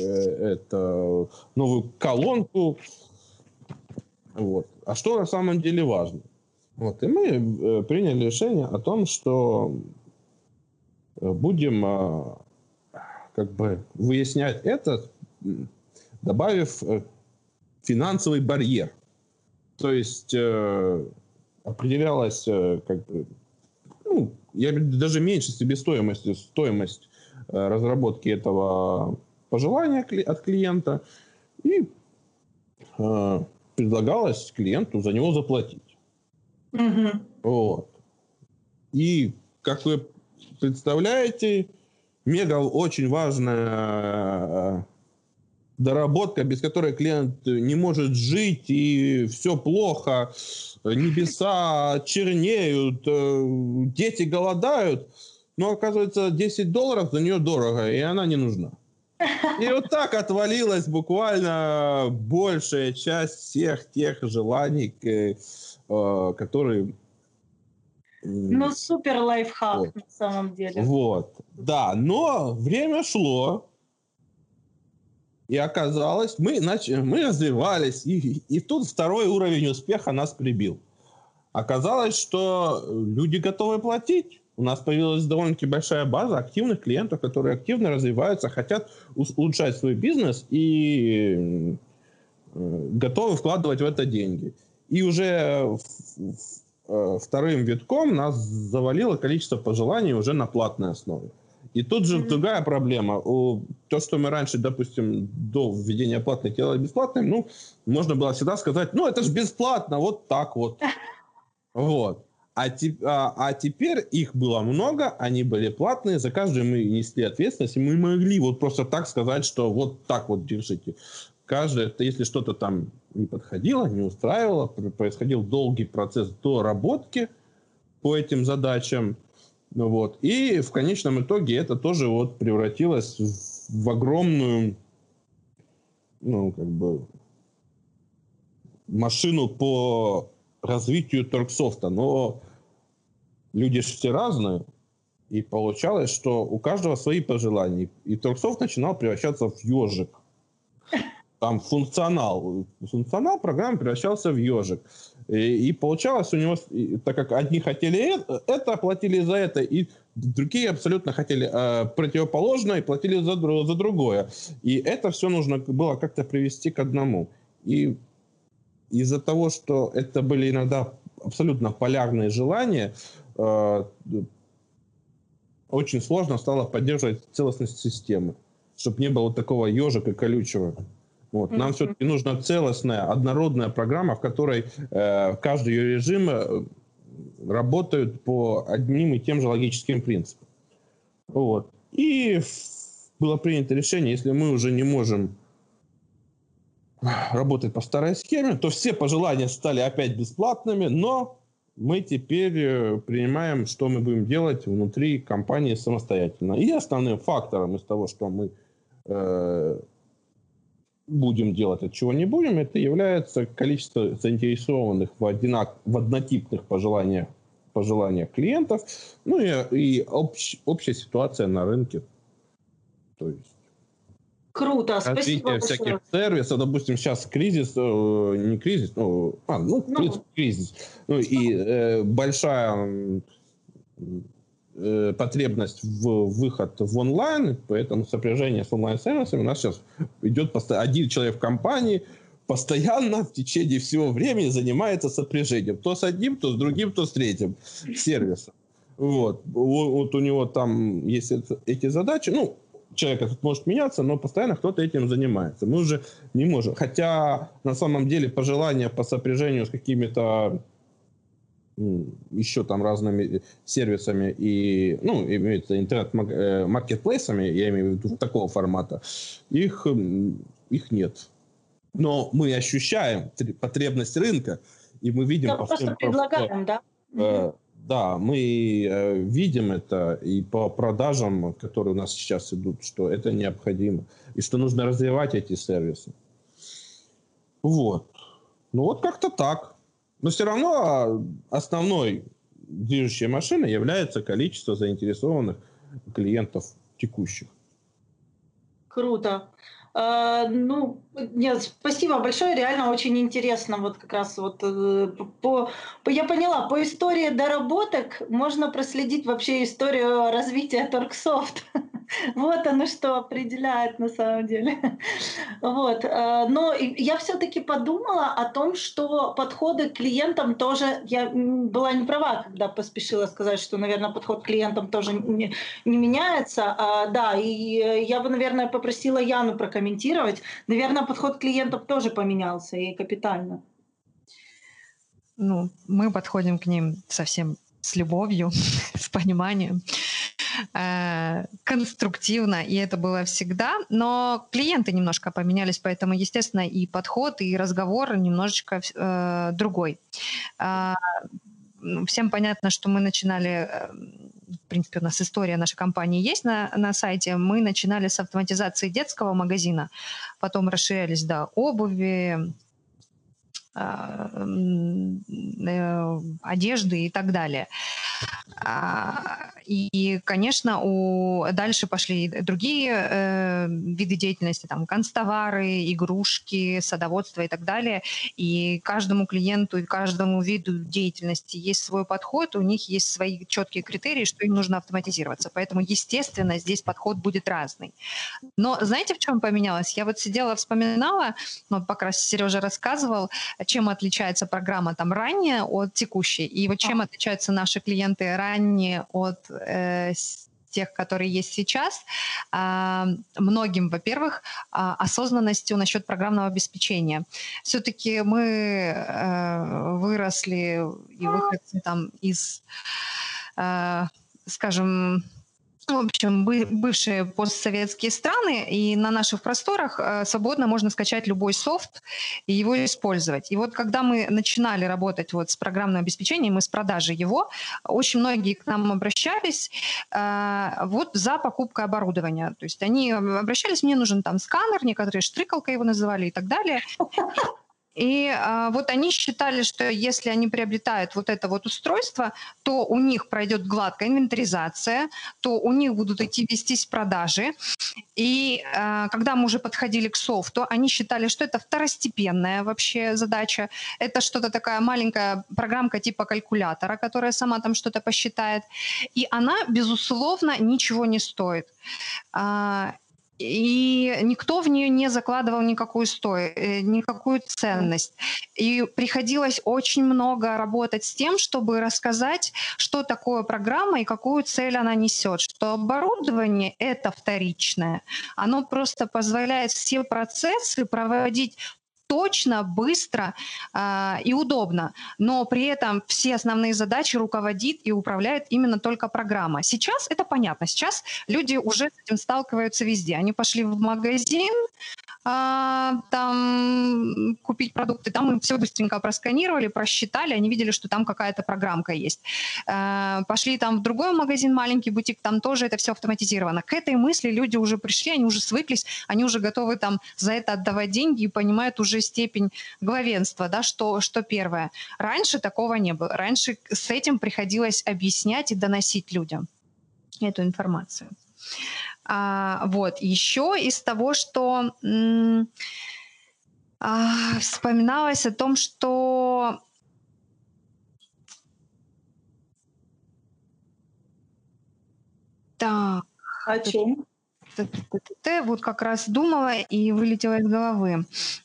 [SPEAKER 3] новую колонку. Вот. А что на самом деле важно? Вот. И мы приняли решение о том, что будем как бы выяснять это, добавив финансовый барьер. То есть определялась как бы, даже меньше себестоимости, стоимость разработки этого пожелания от клиента, и предлагалось клиенту за него заплатить. Вот. И, как вы представляете, очень важная доработка, без которой клиент не может жить, и все плохо, небеса чернеют, дети голодают, но, оказывается, $10 за нее дорого, и она не нужна. И вот так отвалилась буквально большая часть всех тех желаний, которые...
[SPEAKER 2] Супер лайфхак, вот. На самом деле.
[SPEAKER 3] Вот, да, но время шло, и оказалось, мы развивались, и тут второй уровень успеха нас прибил. Оказалось, что люди готовы платить. У нас появилась довольно-таки большая база активных клиентов, которые активно развиваются, хотят улучшать свой бизнес и готовы вкладывать в это деньги. И уже вторым витком нас завалило количество пожеланий уже на платной основе. И тут же другая проблема. То, что мы раньше, допустим, до введения платной делали бесплатным, можно было всегда сказать, это же бесплатно, вот так вот. Вот. А теперь их было много, они были платные, за каждую мы несли ответственность, и мы могли вот просто так сказать, что вот так вот держите. Если что-то там не подходило, не устраивало, происходил долгий процесс доработки по этим задачам. Вот. И в конечном итоге это тоже вот превратилось в огромную машину по развитию Торксофта. Но люди же все разные. И получалось, что у каждого свои пожелания. И Торксофт начинал превращаться в ежик. Там функционал программы превращался в ежик. И получалось у него, так как одни хотели это, платили за это, и другие абсолютно хотели противоположное и платили за другое. И это все нужно было как-то привести к одному. И из-за того, что это были иногда абсолютно полярные желания, очень сложно стало поддерживать целостность системы, чтобы не было такого ежика колючего. Вот. Нам все-таки нужна целостная, однородная программа, в которой каждый ее режим работает по одним и тем же логическим принципам. Вот. И было принято решение, если мы уже не можем работать по старой схеме, то все пожелания стали опять бесплатными, но мы теперь принимаем, что мы будем делать внутри компании самостоятельно. И основным фактором из того, что мы будем делать, от чего не будем, это является количество заинтересованных в однотипных пожеланиях клиентов, и общая ситуация на рынке. То есть
[SPEAKER 2] Круто, спасибо
[SPEAKER 3] развитие
[SPEAKER 2] большое.
[SPEAKER 3] всяких сервисов. Допустим, сейчас кризис, не кризис, в принципе, кризис. Ну и большая потребность в выход в онлайн, поэтому сопряжение с онлайн-сервисами у нас сейчас идет один человек в компании, постоянно в течение всего времени занимается сопряжением. То с одним, то с другим, то с третьим сервисом. Вот у него там есть эти задачи. Ну, человек этот может меняться, но постоянно кто-то этим занимается. Мы уже не можем. Хотя, на самом деле, пожелания по сопряжению с какими-то еще там разными сервисами и, имеется интернет-маркетплейсами, я имею в виду такого формата, их нет. Но мы ощущаем потребность рынка, и мы видим...
[SPEAKER 2] Да, просто предлагаем, да?
[SPEAKER 3] Да, мы видим это и по продажам, которые у нас сейчас идут, что это необходимо, и что нужно развивать эти сервисы. Вот. Ну вот как-то так. Но все равно основной движущей машиной является количество заинтересованных клиентов текущих.
[SPEAKER 2] Круто. Нет, спасибо большое, реально очень интересно. Вот как раз вот я поняла, по истории доработок можно проследить вообще историю развития Торксофт. Вот оно что определяет на самом деле. Вот. Но я все-таки подумала о том, что подходы к клиентам тоже... Я была не права, когда поспешила сказать, что, наверное, подход к клиентам тоже не меняется. Да, и я бы, наверное, попросила Яну прокомментировать. Наверное, подход к клиентам тоже поменялся и капитально.
[SPEAKER 5] Ну, мы подходим к ним совсем с любовью, с пониманием, конструктивно, и это было всегда, но клиенты немножко поменялись, поэтому, естественно, и подход, и разговор немножечко другой. Всем понятно, что мы начинали, в принципе, у нас история нашей компании есть на сайте, мы начинали с автоматизации детского магазина, потом расширялись до обуви, одежды и так далее. И, конечно, дальше пошли другие виды деятельности, там, канцтовары, игрушки, садоводство и так далее. И каждому клиенту и каждому виду деятельности есть свой подход, у них есть свои четкие критерии, что им нужно автоматизироваться. Поэтому, естественно, здесь подход будет разный. Но знаете, в чем поменялось? Я вот сидела, вспоминала, как раз Сережа рассказывал, чем отличается программа там ранее от текущей, и вот чем отличаются наши клиенты ранее от тех, которые есть сейчас. Многим, во-первых, осознанностью насчет программного обеспечения. Все-таки мы выросли и выходцы там из, скажем, в общем, бывшие постсоветские страны, и на наших просторах свободно можно скачать любой софт и его использовать. И вот когда мы начинали работать вот с программным обеспечением и с продажей его, очень многие к нам обращались вот за покупкой оборудования. То есть они обращались, мне нужен там сканер, некоторые штрикалкой его называли и так далее. И вот они считали, что если они приобретают вот это вот устройство, то у них пройдет гладкая инвентаризация, то у них будут вестись продажи. И когда мы уже подходили к софту, они считали, что это второстепенная вообще задача. Это что-то такая маленькая программка типа калькулятора, которая сама там что-то посчитает. И она, безусловно, ничего не стоит. И никто в нее не закладывал никакую ценность. И приходилось очень много работать с тем, чтобы рассказать, что такое программа и какую цель она несет. Что оборудование – это вторичное. Оно просто позволяет все процессы проводить точно, быстро и удобно, но при этом все основные задачи руководит и управляет именно только программа. Сейчас это понятно, сейчас люди уже с этим сталкиваются везде. Они пошли в магазин, там купить продукты, там им все быстренько просканировали, просчитали, они видели, что там какая-то программка есть. Пошли там в другой магазин, маленький бутик, там тоже это все автоматизировано. К этой мысли люди уже пришли, они уже свыклись, они уже готовы там за это отдавать деньги и понимают уже степень главенства, да, что первое. Раньше такого не было. Раньше с этим приходилось объяснять и доносить людям эту информацию. Вот. Еще из того, что вспоминалось о том, что... Так.
[SPEAKER 2] О чем?
[SPEAKER 5] Вот как раз думала и вылетела из головы.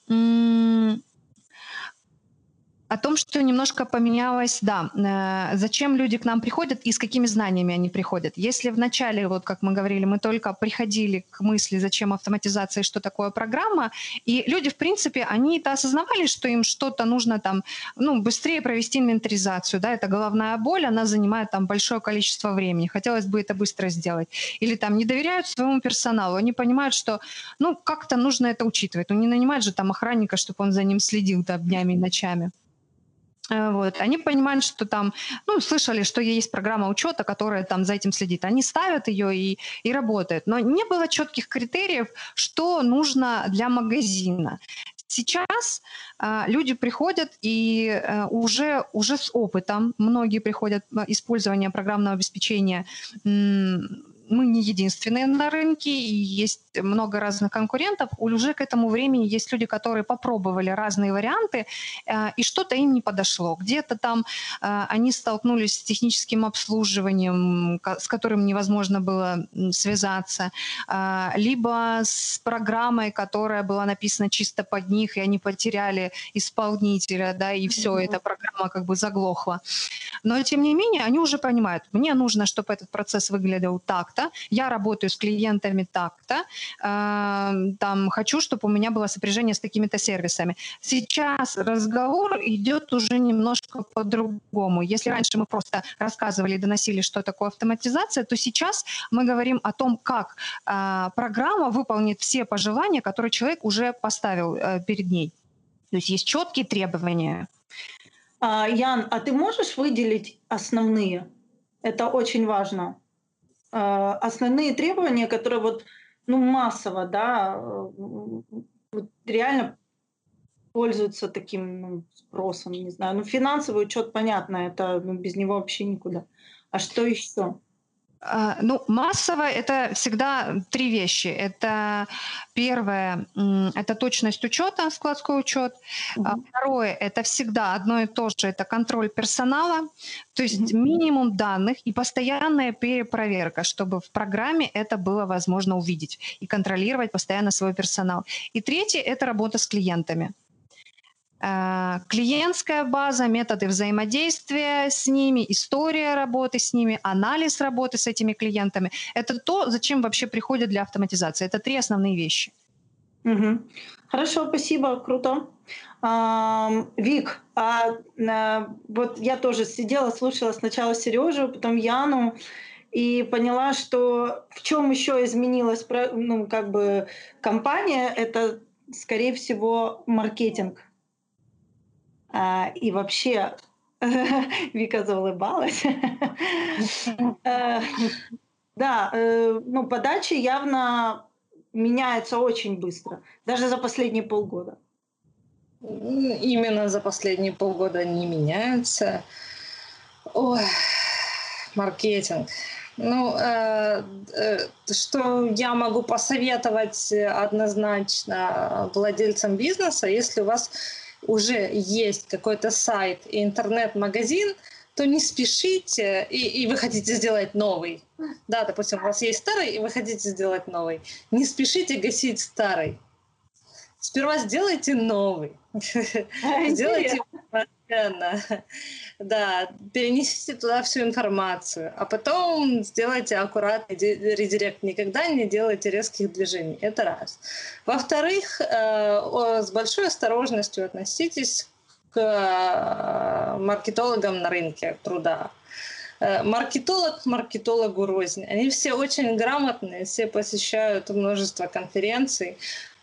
[SPEAKER 5] О том, что немножко поменялось, да, зачем люди к нам приходят и с какими знаниями они приходят. Если вначале, вот как мы говорили, мы только приходили к мысли, зачем автоматизация и что такое программа, и люди, в принципе, они-то осознавали, что им что-то нужно там, быстрее провести инвентаризацию, да, это головная боль, она занимает там большое количество времени, хотелось бы это быстро сделать. Или там не доверяют своему персоналу, они понимают, что, как-то нужно это учитывать, не нанимать же там охранника, чтобы он за ним следил там днями и ночами. Вот. Они понимают, что там, слышали, что есть программа учета, которая там за этим следит. Они ставят ее и работают. Но не было четких критериев, что нужно для магазина. Сейчас люди приходят и уже с опытом, многие приходят использование программного обеспечения. Мы не единственные на рынке, и есть много разных конкурентов. Уже к этому времени есть люди, которые попробовали разные варианты, и что-то им не подошло. Где-то там они столкнулись с техническим обслуживанием, с которым невозможно было связаться, либо с программой, которая была написана чисто под них, и они потеряли исполнителя, да, и все, эта программа как бы заглохла. Но, тем не менее, они уже понимают, мне нужно, чтобы этот процесс выглядел так-то, я работаю с клиентами так-то, там, хочу, чтобы у меня было сопряжение с такими-то сервисами. Сейчас разговор идет уже немножко по-другому. Если раньше мы просто рассказывали и доносили, что такое автоматизация, то сейчас мы говорим о том, как программа выполнит все пожелания, которые человек уже поставил перед ней. То есть есть четкие требования.
[SPEAKER 2] Ян, а ты можешь выделить основные? Это очень важно. Основные требования, которые массово, да, реально пользуются таким спросом, не знаю. Финансовый учет, понятно, это без него вообще никуда. А что еще?
[SPEAKER 5] Массово это всегда 3 вещи. Это первое, это точность учета, складской учет. Второе, это всегда одно и то же, это контроль персонала, то есть минимум данных и постоянная перепроверка, чтобы в программе это было возможно увидеть и контролировать постоянно свой персонал. И третье, это работа с клиентами. Клиентская база, методы взаимодействия с ними, история работы с ними, анализ работы с этими клиентами. Это то, зачем вообще приходят для автоматизации. Это 3 основные вещи.
[SPEAKER 2] Хорошо, спасибо, круто. Вик, вот я тоже сидела, слушала сначала Сережу, потом Яну, и поняла, что в чем еще изменилась компания, это, скорее всего, маркетинг. И вообще, Вика заулыбалась. Да, подача явно меняется очень быстро, даже за последние полгода.
[SPEAKER 4] Именно за последние полгода не меняются. Ой, маркетинг. Что я могу посоветовать однозначно владельцам бизнеса, если у вас уже есть какой-то сайт и интернет-магазин, то не спешите, и вы хотите сделать новый. Да, допустим, у вас есть старый, и вы хотите сделать новый. Не спешите гасить старый. Сперва сделайте новый. Сделайте постоянно. Да, перенесите туда всю информацию, а потом сделайте аккуратный редирект. Никогда не делайте резких движений. Это раз. Во-вторых, с большой осторожностью относитесь к маркетологам на рынке труда. Маркетолог маркетологу рознь. Они все очень грамотные, все посещают множество конференций,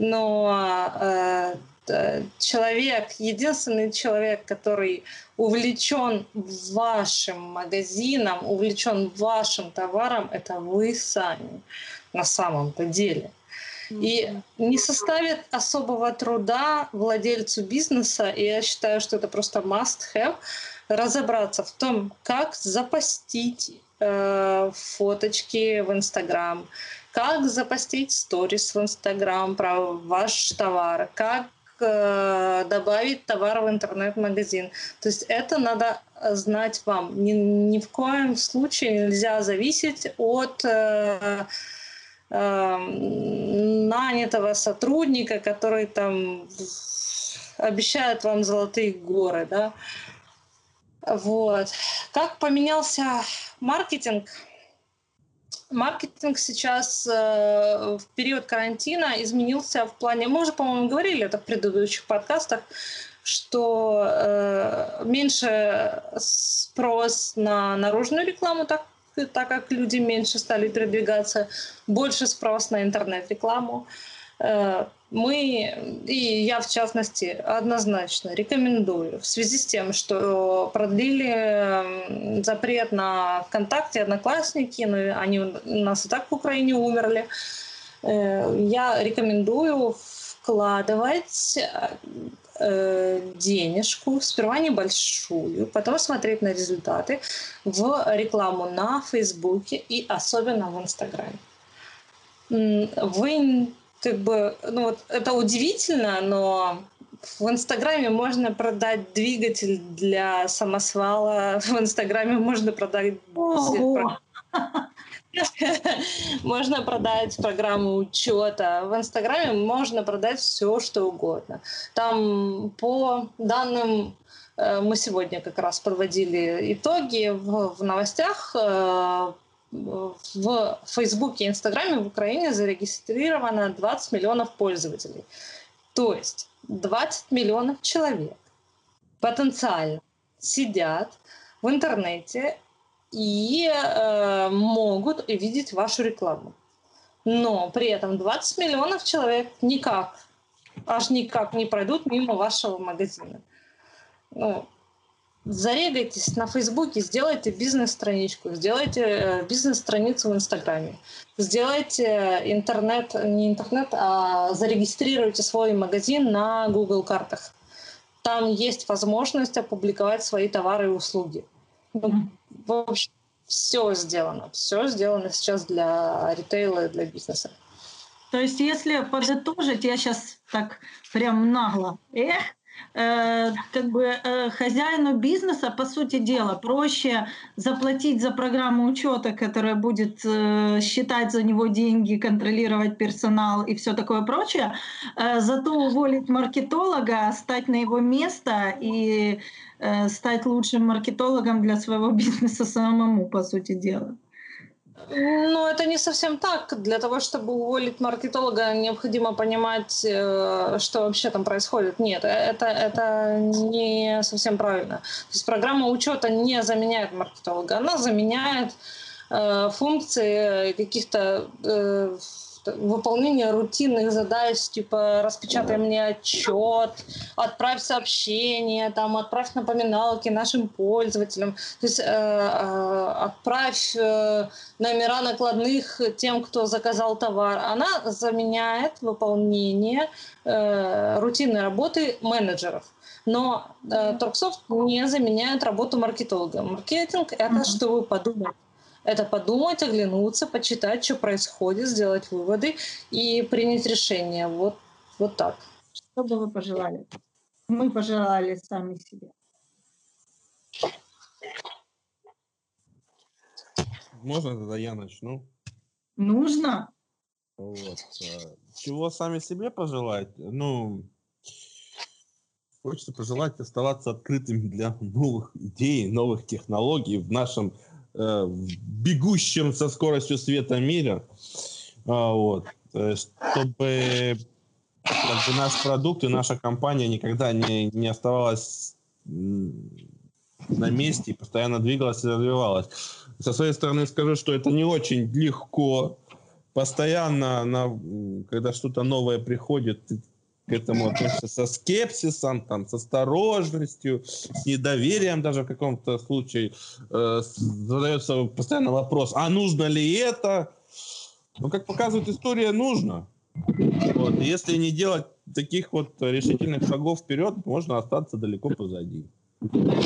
[SPEAKER 4] но единственный человек, который увлечен вашим магазином, увлечен вашим товаром, это вы сами на самом-то деле. И не составит особого труда владельцу бизнеса, и я считаю, что это просто must-have, разобраться в том, как запостить фоточки в Инстаграм, как запостить сторис в Инстаграм про ваш товар, как добавить товар в интернет-магазин. То есть это надо знать вам. Ни в коем случае нельзя зависеть от нанятого сотрудника, который там обещает вам золотые горы, да. Вот. Как поменялся маркетинг? Маркетинг сейчас в период карантина изменился в плане... Мы уже, по-моему, говорили это в предыдущих подкастах, что меньше спрос на наружную рекламу, так как люди меньше стали передвигаться, больше спрос на интернет-рекламу. Мы, и я в частности, однозначно рекомендую в связи с тем, что продлили запрет на ВКонтакте, Одноклассники, но они у нас и так в Украине умерли. Я рекомендую вкладывать денежку, сперва небольшую, потом смотреть на результаты в рекламу на Фейсбуке и особенно в Инстаграме. Вы как бы, ну вот это удивительно, но в Инстаграме можно продать двигатель для самосвала, в Инстаграме можно продать... Можно продать программу учета. В Инстаграме можно продать все, что угодно. Там по данным, мы сегодня как раз подводили итоги в новостях, в Фейсбуке и Инстаграме в Украине зарегистрировано 20 миллионов пользователей. То есть 20 миллионов человек потенциально сидят в интернете и могут видеть вашу рекламу. Но при этом 20 миллионов человек аж никак не пройдут мимо вашего магазина. Ну, зарегайтесь на Фейсбуке, сделайте бизнес-страничку, сделайте бизнес-страницу в Инстаграме, сделайте зарегистрируйте свой магазин на Google картах. Там есть возможность опубликовать свои товары и услуги. В общем, все сделано сейчас для ритейла и для бизнеса.
[SPEAKER 2] То есть, если подытожить, я сейчас так прям нагло, хозяину бизнеса, по сути дела, проще заплатить за программу учета, которая будет считать за него деньги, контролировать персонал и все такое прочее, зато уволить маркетолога, стать на его место и стать лучшим маркетологом для своего бизнеса самому, по сути дела.
[SPEAKER 4] Ну, это не совсем так. Для того, чтобы уволить маркетолога, необходимо понимать, что вообще там происходит. Нет, это не совсем правильно. То есть программа учета не заменяет маркетолога. Она заменяет функции каких-то выполнения рутинных задач, типа распечатай мне отчет, отправь сообщение, там, отправь напоминалки нашим пользователям, то есть отправь номера накладных тем, кто заказал товар. Она заменяет выполнение рутинной работы менеджеров. Но Торксофт не заменяет работу маркетолога. Маркетинг — это чтобы подумать. Это подумать, оглянуться, почитать, что происходит, сделать выводы и принять решение. Вот так.
[SPEAKER 2] Что бы вы пожелали? Мы пожелали сами себе.
[SPEAKER 3] Можно тогда я начну?
[SPEAKER 2] Нужно?
[SPEAKER 3] Вот. Чего сами себе пожелать? Ну, хочется пожелать оставаться открытыми для новых идей, новых технологий в нашем бегущем со скоростью света мире. Вот. Чтобы наш продукт и наша компания никогда не оставалась на месте и постоянно двигалась и развивалась. Со своей стороны скажу, что это не очень легко. Постоянно, когда что-то новое приходит, ты к этому относишься со скепсисом, там, с осторожностью, с недоверием даже в каком-то случае. Задается постоянно вопрос, а нужно ли это? Ну, как показывает история, нужно. Вот. И если не делать таких вот решительных шагов вперед, можно остаться далеко позади.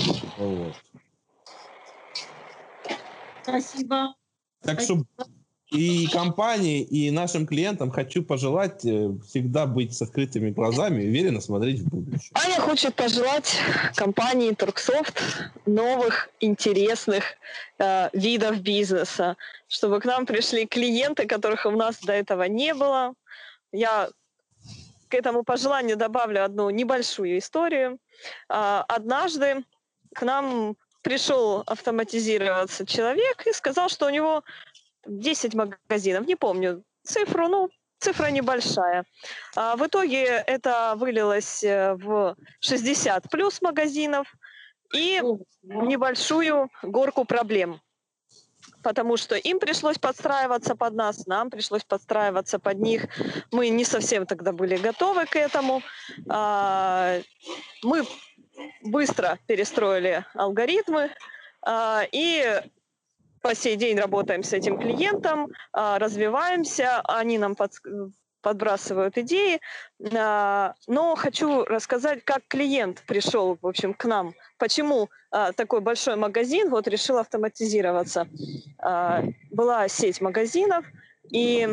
[SPEAKER 3] Вот.
[SPEAKER 2] Спасибо.
[SPEAKER 3] Так что И компании, и нашим клиентам хочу пожелать всегда быть с открытыми глазами и уверенно смотреть в будущее.
[SPEAKER 6] Аня хочет пожелать компании Торксофт новых интересных видов бизнеса, чтобы к нам пришли клиенты, которых у нас до этого не было. Я к этому пожеланию добавлю одну небольшую историю. Однажды к нам пришел автоматизироваться человек и сказал, что у него 10 магазинов, не помню цифру, но цифра небольшая. В итоге это вылилось в 60 плюс магазинов и небольшую горку проблем. Потому что им пришлось подстраиваться под нас, нам пришлось подстраиваться под них. Мы не совсем тогда были готовы к этому. Мы быстро перестроили алгоритмы и по сей день работаем с этим клиентом, развиваемся, они нам подбрасывают идеи, но хочу рассказать, как клиент пришел, в общем, к нам, почему такой большой магазин вот решил автоматизироваться. Была сеть магазинов, и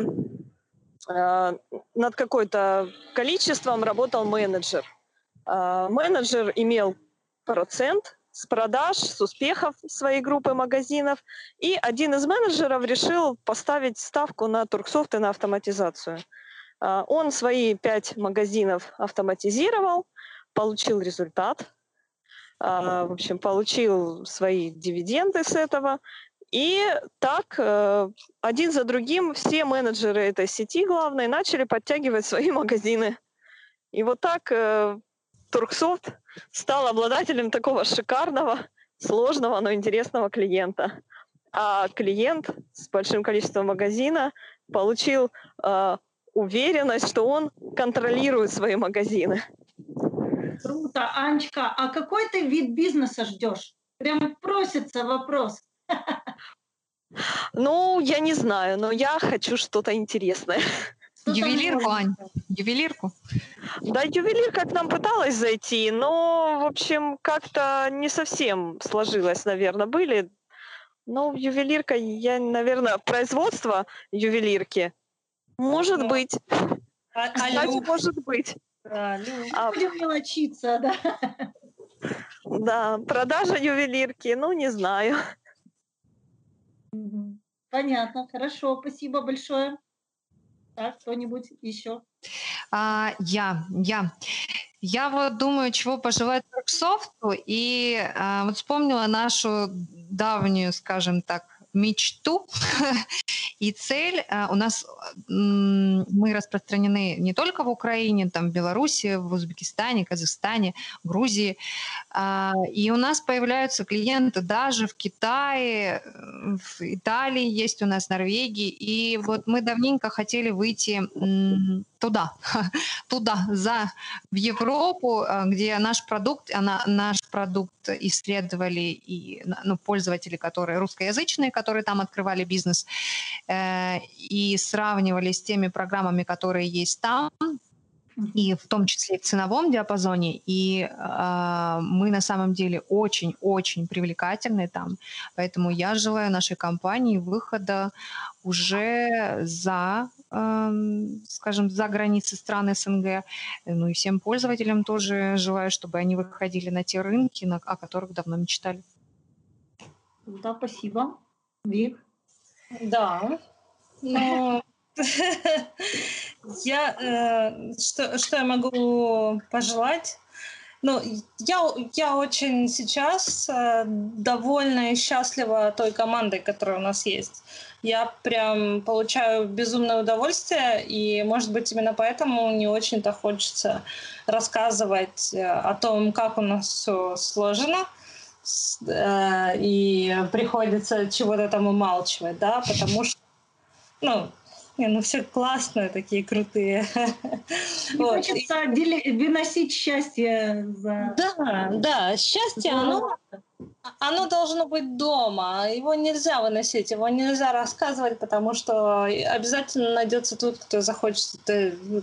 [SPEAKER 6] над какой-то количеством работал менеджер. Менеджер имел процент с продаж, с успехов своей группы магазинов, и один из менеджеров решил поставить ставку на Торксофт и на автоматизацию. Он свои 5 магазинов автоматизировал, получил результат, в общем, получил свои дивиденды с этого, и так один за другим все менеджеры этой сети главной начали подтягивать свои магазины. И вот так Торксофт стал обладателем такого шикарного, сложного, но интересного клиента. А клиент с большим количеством магазина получил уверенность, что он контролирует свои магазины.
[SPEAKER 2] Круто, Анечка. А какой ты вид бизнеса ждешь? Прям просится вопрос.
[SPEAKER 6] Ну, я не знаю, но я хочу что-то интересное.
[SPEAKER 5] Ювелирку, Ань, ювелирку.
[SPEAKER 6] Да, ювелирка к нам пыталась зайти, но, в общем, как-то не совсем сложилось, наверное, были. Ну, ювелирка, наверное, производство ювелирки, может быть. Кстати, может быть.
[SPEAKER 2] Будем мелочиться, да?
[SPEAKER 6] Да, продажа ювелирки, ну, не знаю.
[SPEAKER 2] Понятно, хорошо, спасибо большое. Так, кто-нибудь еще?
[SPEAKER 5] Я вот думаю, чего пожелать Торксофту, и вот вспомнила нашу давнюю, скажем так, мечту и цель. У нас мы распространены не только в Украине, там, в Беларуси, в Узбекистане, Казахстане, Грузии. И у нас появляются клиенты даже в Китае, в Италии есть у нас, Норвегии. И вот мы давненько хотели выйти туда, в Европу, где наш продукт исследовали и пользователи, которые русскоязычные, которые там открывали бизнес, и сравнивали с теми программами, которые есть там, и в том числе и в ценовом диапазоне. И мы на самом деле очень-очень привлекательны там. Поэтому я желаю нашей компании выхода уже за, скажем, за границы стран СНГ. Ну и всем пользователям тоже желаю, чтобы они выходили на те рынки, о которых давно мечтали.
[SPEAKER 2] Да, спасибо. Вик?
[SPEAKER 4] Да. Ну, что я могу пожелать? Ну, я очень сейчас довольна и счастлива той командой, которая у нас есть. Я прям получаю безумное удовольствие, и, может быть, именно поэтому не очень-то хочется рассказывать о том, как у нас все сложено, и приходится чего-то там умалчивать, да, потому что, все классные, такие крутые.
[SPEAKER 2] Не хочется выносить счастье за...
[SPEAKER 4] Да, счастье, оно должно быть дома. Его нельзя выносить, его нельзя рассказывать, потому что обязательно найдется тот, кто захочет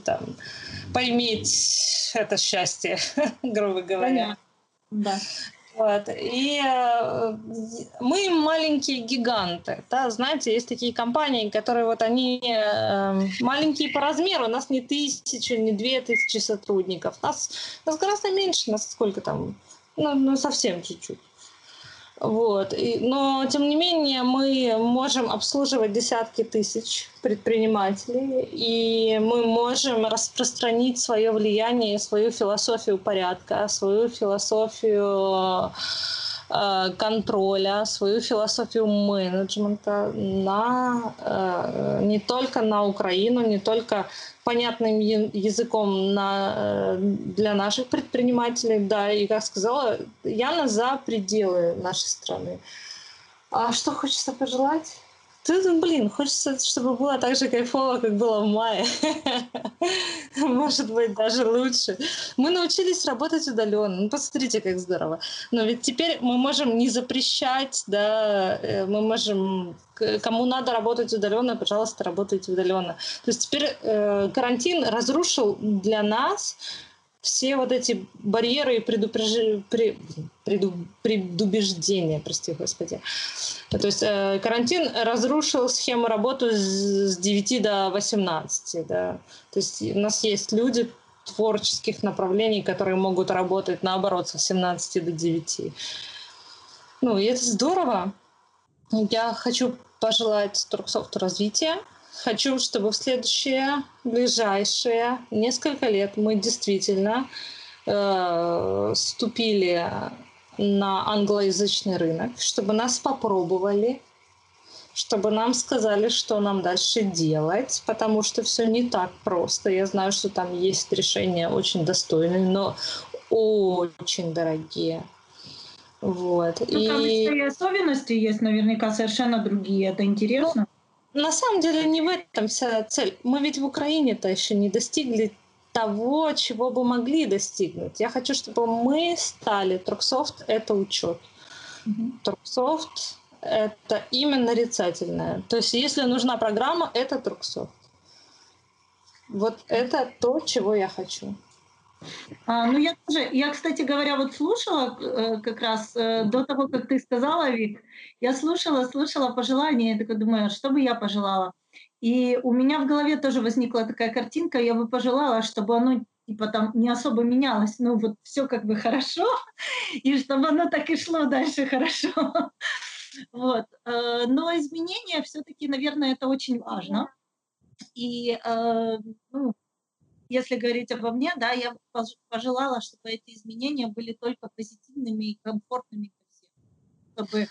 [SPEAKER 4] поиметь это счастье, грубо говоря.
[SPEAKER 2] Да.
[SPEAKER 4] Вот. И мы маленькие гиганты. Да? Знаете, есть такие компании, которые вот они маленькие по размеру. У нас не 1000, не 2000 сотрудников. Нас гораздо меньше. Нас сколько там? Ну, совсем чуть-чуть. Вот. Но, тем не менее, мы можем обслуживать десятки тысяч предпринимателей, и мы можем распространить свое влияние, свою философию порядка, свою философию контроля, свою философию менеджмента не только на Украину, не только понятным языком для наших предпринимателей, да, и, как сказала, Яна, за пределы нашей страны. А что хочется пожелать? Хочется, чтобы было так же кайфово, как было в мае. Может быть, даже лучше. Мы научились работать удаленно. Ну, посмотрите, как здорово. Но ведь теперь мы можем не запрещать, да, мы можем... Кому надо работать удаленно, пожалуйста, работайте удаленно. То есть теперь карантин разрушил для нас все вот эти барьеры и предубеждения, прости господи. То есть карантин разрушил схему работы с 9 до 18. Да? То есть у нас есть люди творческих направлений, которые могут работать, наоборот, со 17 до 9. Ну, и это здорово. Я хочу пожелать Торксофту развития. Хочу, чтобы в следующие, ближайшие несколько лет мы действительно вступили на англоязычный рынок, чтобы нас попробовали, чтобы нам сказали, что нам дальше делать, потому что все не так просто. Я знаю, что там есть решения очень достойные, но очень дорогие. Вот.
[SPEAKER 2] Ну, там еще и особенности есть наверняка совершенно другие. Это интересно.
[SPEAKER 4] На самом деле не в этом вся цель. Мы ведь в Украине-то еще не достигли того, чего бы могли достигнуть. Я хочу, чтобы мы стали... Торксофт — это учет. Торксофт — это имя нарицательное. То есть если нужна программа, это Торксофт. Вот это то, чего я хочу.
[SPEAKER 2] Ну, я, кстати говоря, вот слушала как раз до того, как ты сказала, Вик, я слушала пожелания, я такая думаю, что бы я пожелала? И у меня в голове тоже возникла такая картинка, я бы пожелала, чтобы оно типа там не особо менялось, ну вот все как бы хорошо, и чтобы оно так и шло дальше хорошо. Вот. Но изменения все-таки, наверное, это очень важно. И ну, если говорить обо мне, да, я пожелала, чтобы эти изменения были только позитивными и комфортными для всех. Чтобы,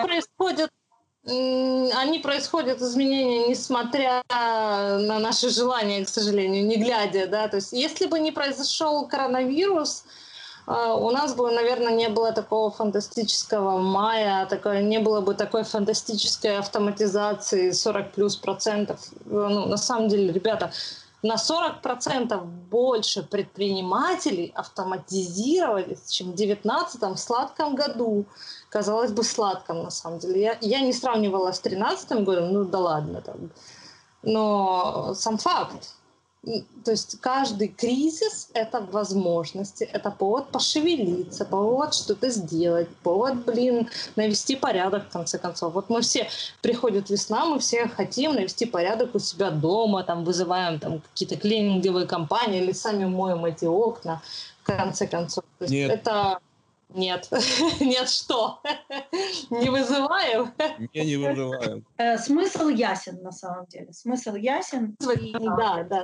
[SPEAKER 4] они происходят, изменения, несмотря на наши желания, к сожалению, не глядя, да. То есть, если бы не произошел коронавирус, у нас бы, наверное, не было такого фантастического мая, не было бы такой фантастической автоматизации 40+%. Ну, на самом деле, ребята, на 40% больше предпринимателей автоматизировались, чем в 2019 сладком году. Казалось бы, сладком, на самом деле. Я не сравнивала с 2013 годом, ну да ладно. Там. Но сам факт. То есть каждый кризис — это возможности, это повод пошевелиться, повод что-то сделать, повод, навести порядок, в конце концов. Вот мы все, приходит весна, мы все хотим навести порядок у себя дома, там, вызываем там, какие-то клининговые компании или сами моем эти окна, в конце концов. То есть
[SPEAKER 3] Нет.
[SPEAKER 4] Это... Нет. Нет, что? Не вызываем?
[SPEAKER 3] Не вызываем.
[SPEAKER 2] Смысл ясен, на самом деле. Смысл ясен.
[SPEAKER 4] Да.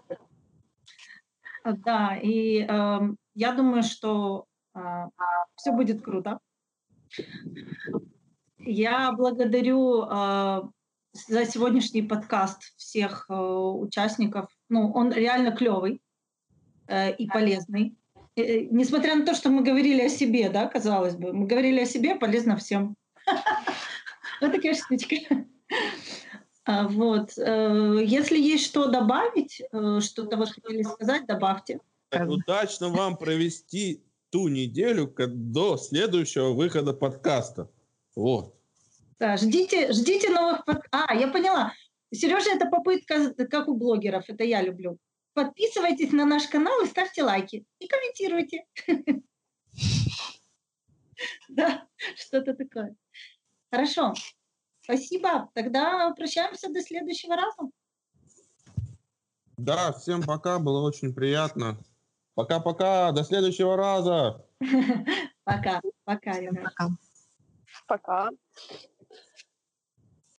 [SPEAKER 2] Да, и я думаю, что все будет круто. Я благодарю за сегодняшний подкаст всех участников. Ну, он реально клевый и полезный. Несмотря на то, что мы говорили о себе, да, казалось бы, мы говорили о себе, полезно всем. Вот такая штучка. Вот. Если есть что добавить, что-то вы хотели сказать, добавьте.
[SPEAKER 3] Удачно вам провести ту неделю до следующего выхода подкаста. Вот.
[SPEAKER 2] Да, ждите новых подкастов. Я поняла. Сережа, это попытка, как у блогеров, это я люблю. Подписывайтесь на наш канал и ставьте лайки. И комментируйте. Да, что-то такое. Хорошо. Спасибо. Тогда прощаемся до следующего раза.
[SPEAKER 3] Да, всем пока, было очень приятно. Пока-пока, до следующего раза.
[SPEAKER 2] Пока. Пока, ребят.
[SPEAKER 5] Пока.
[SPEAKER 6] Пока.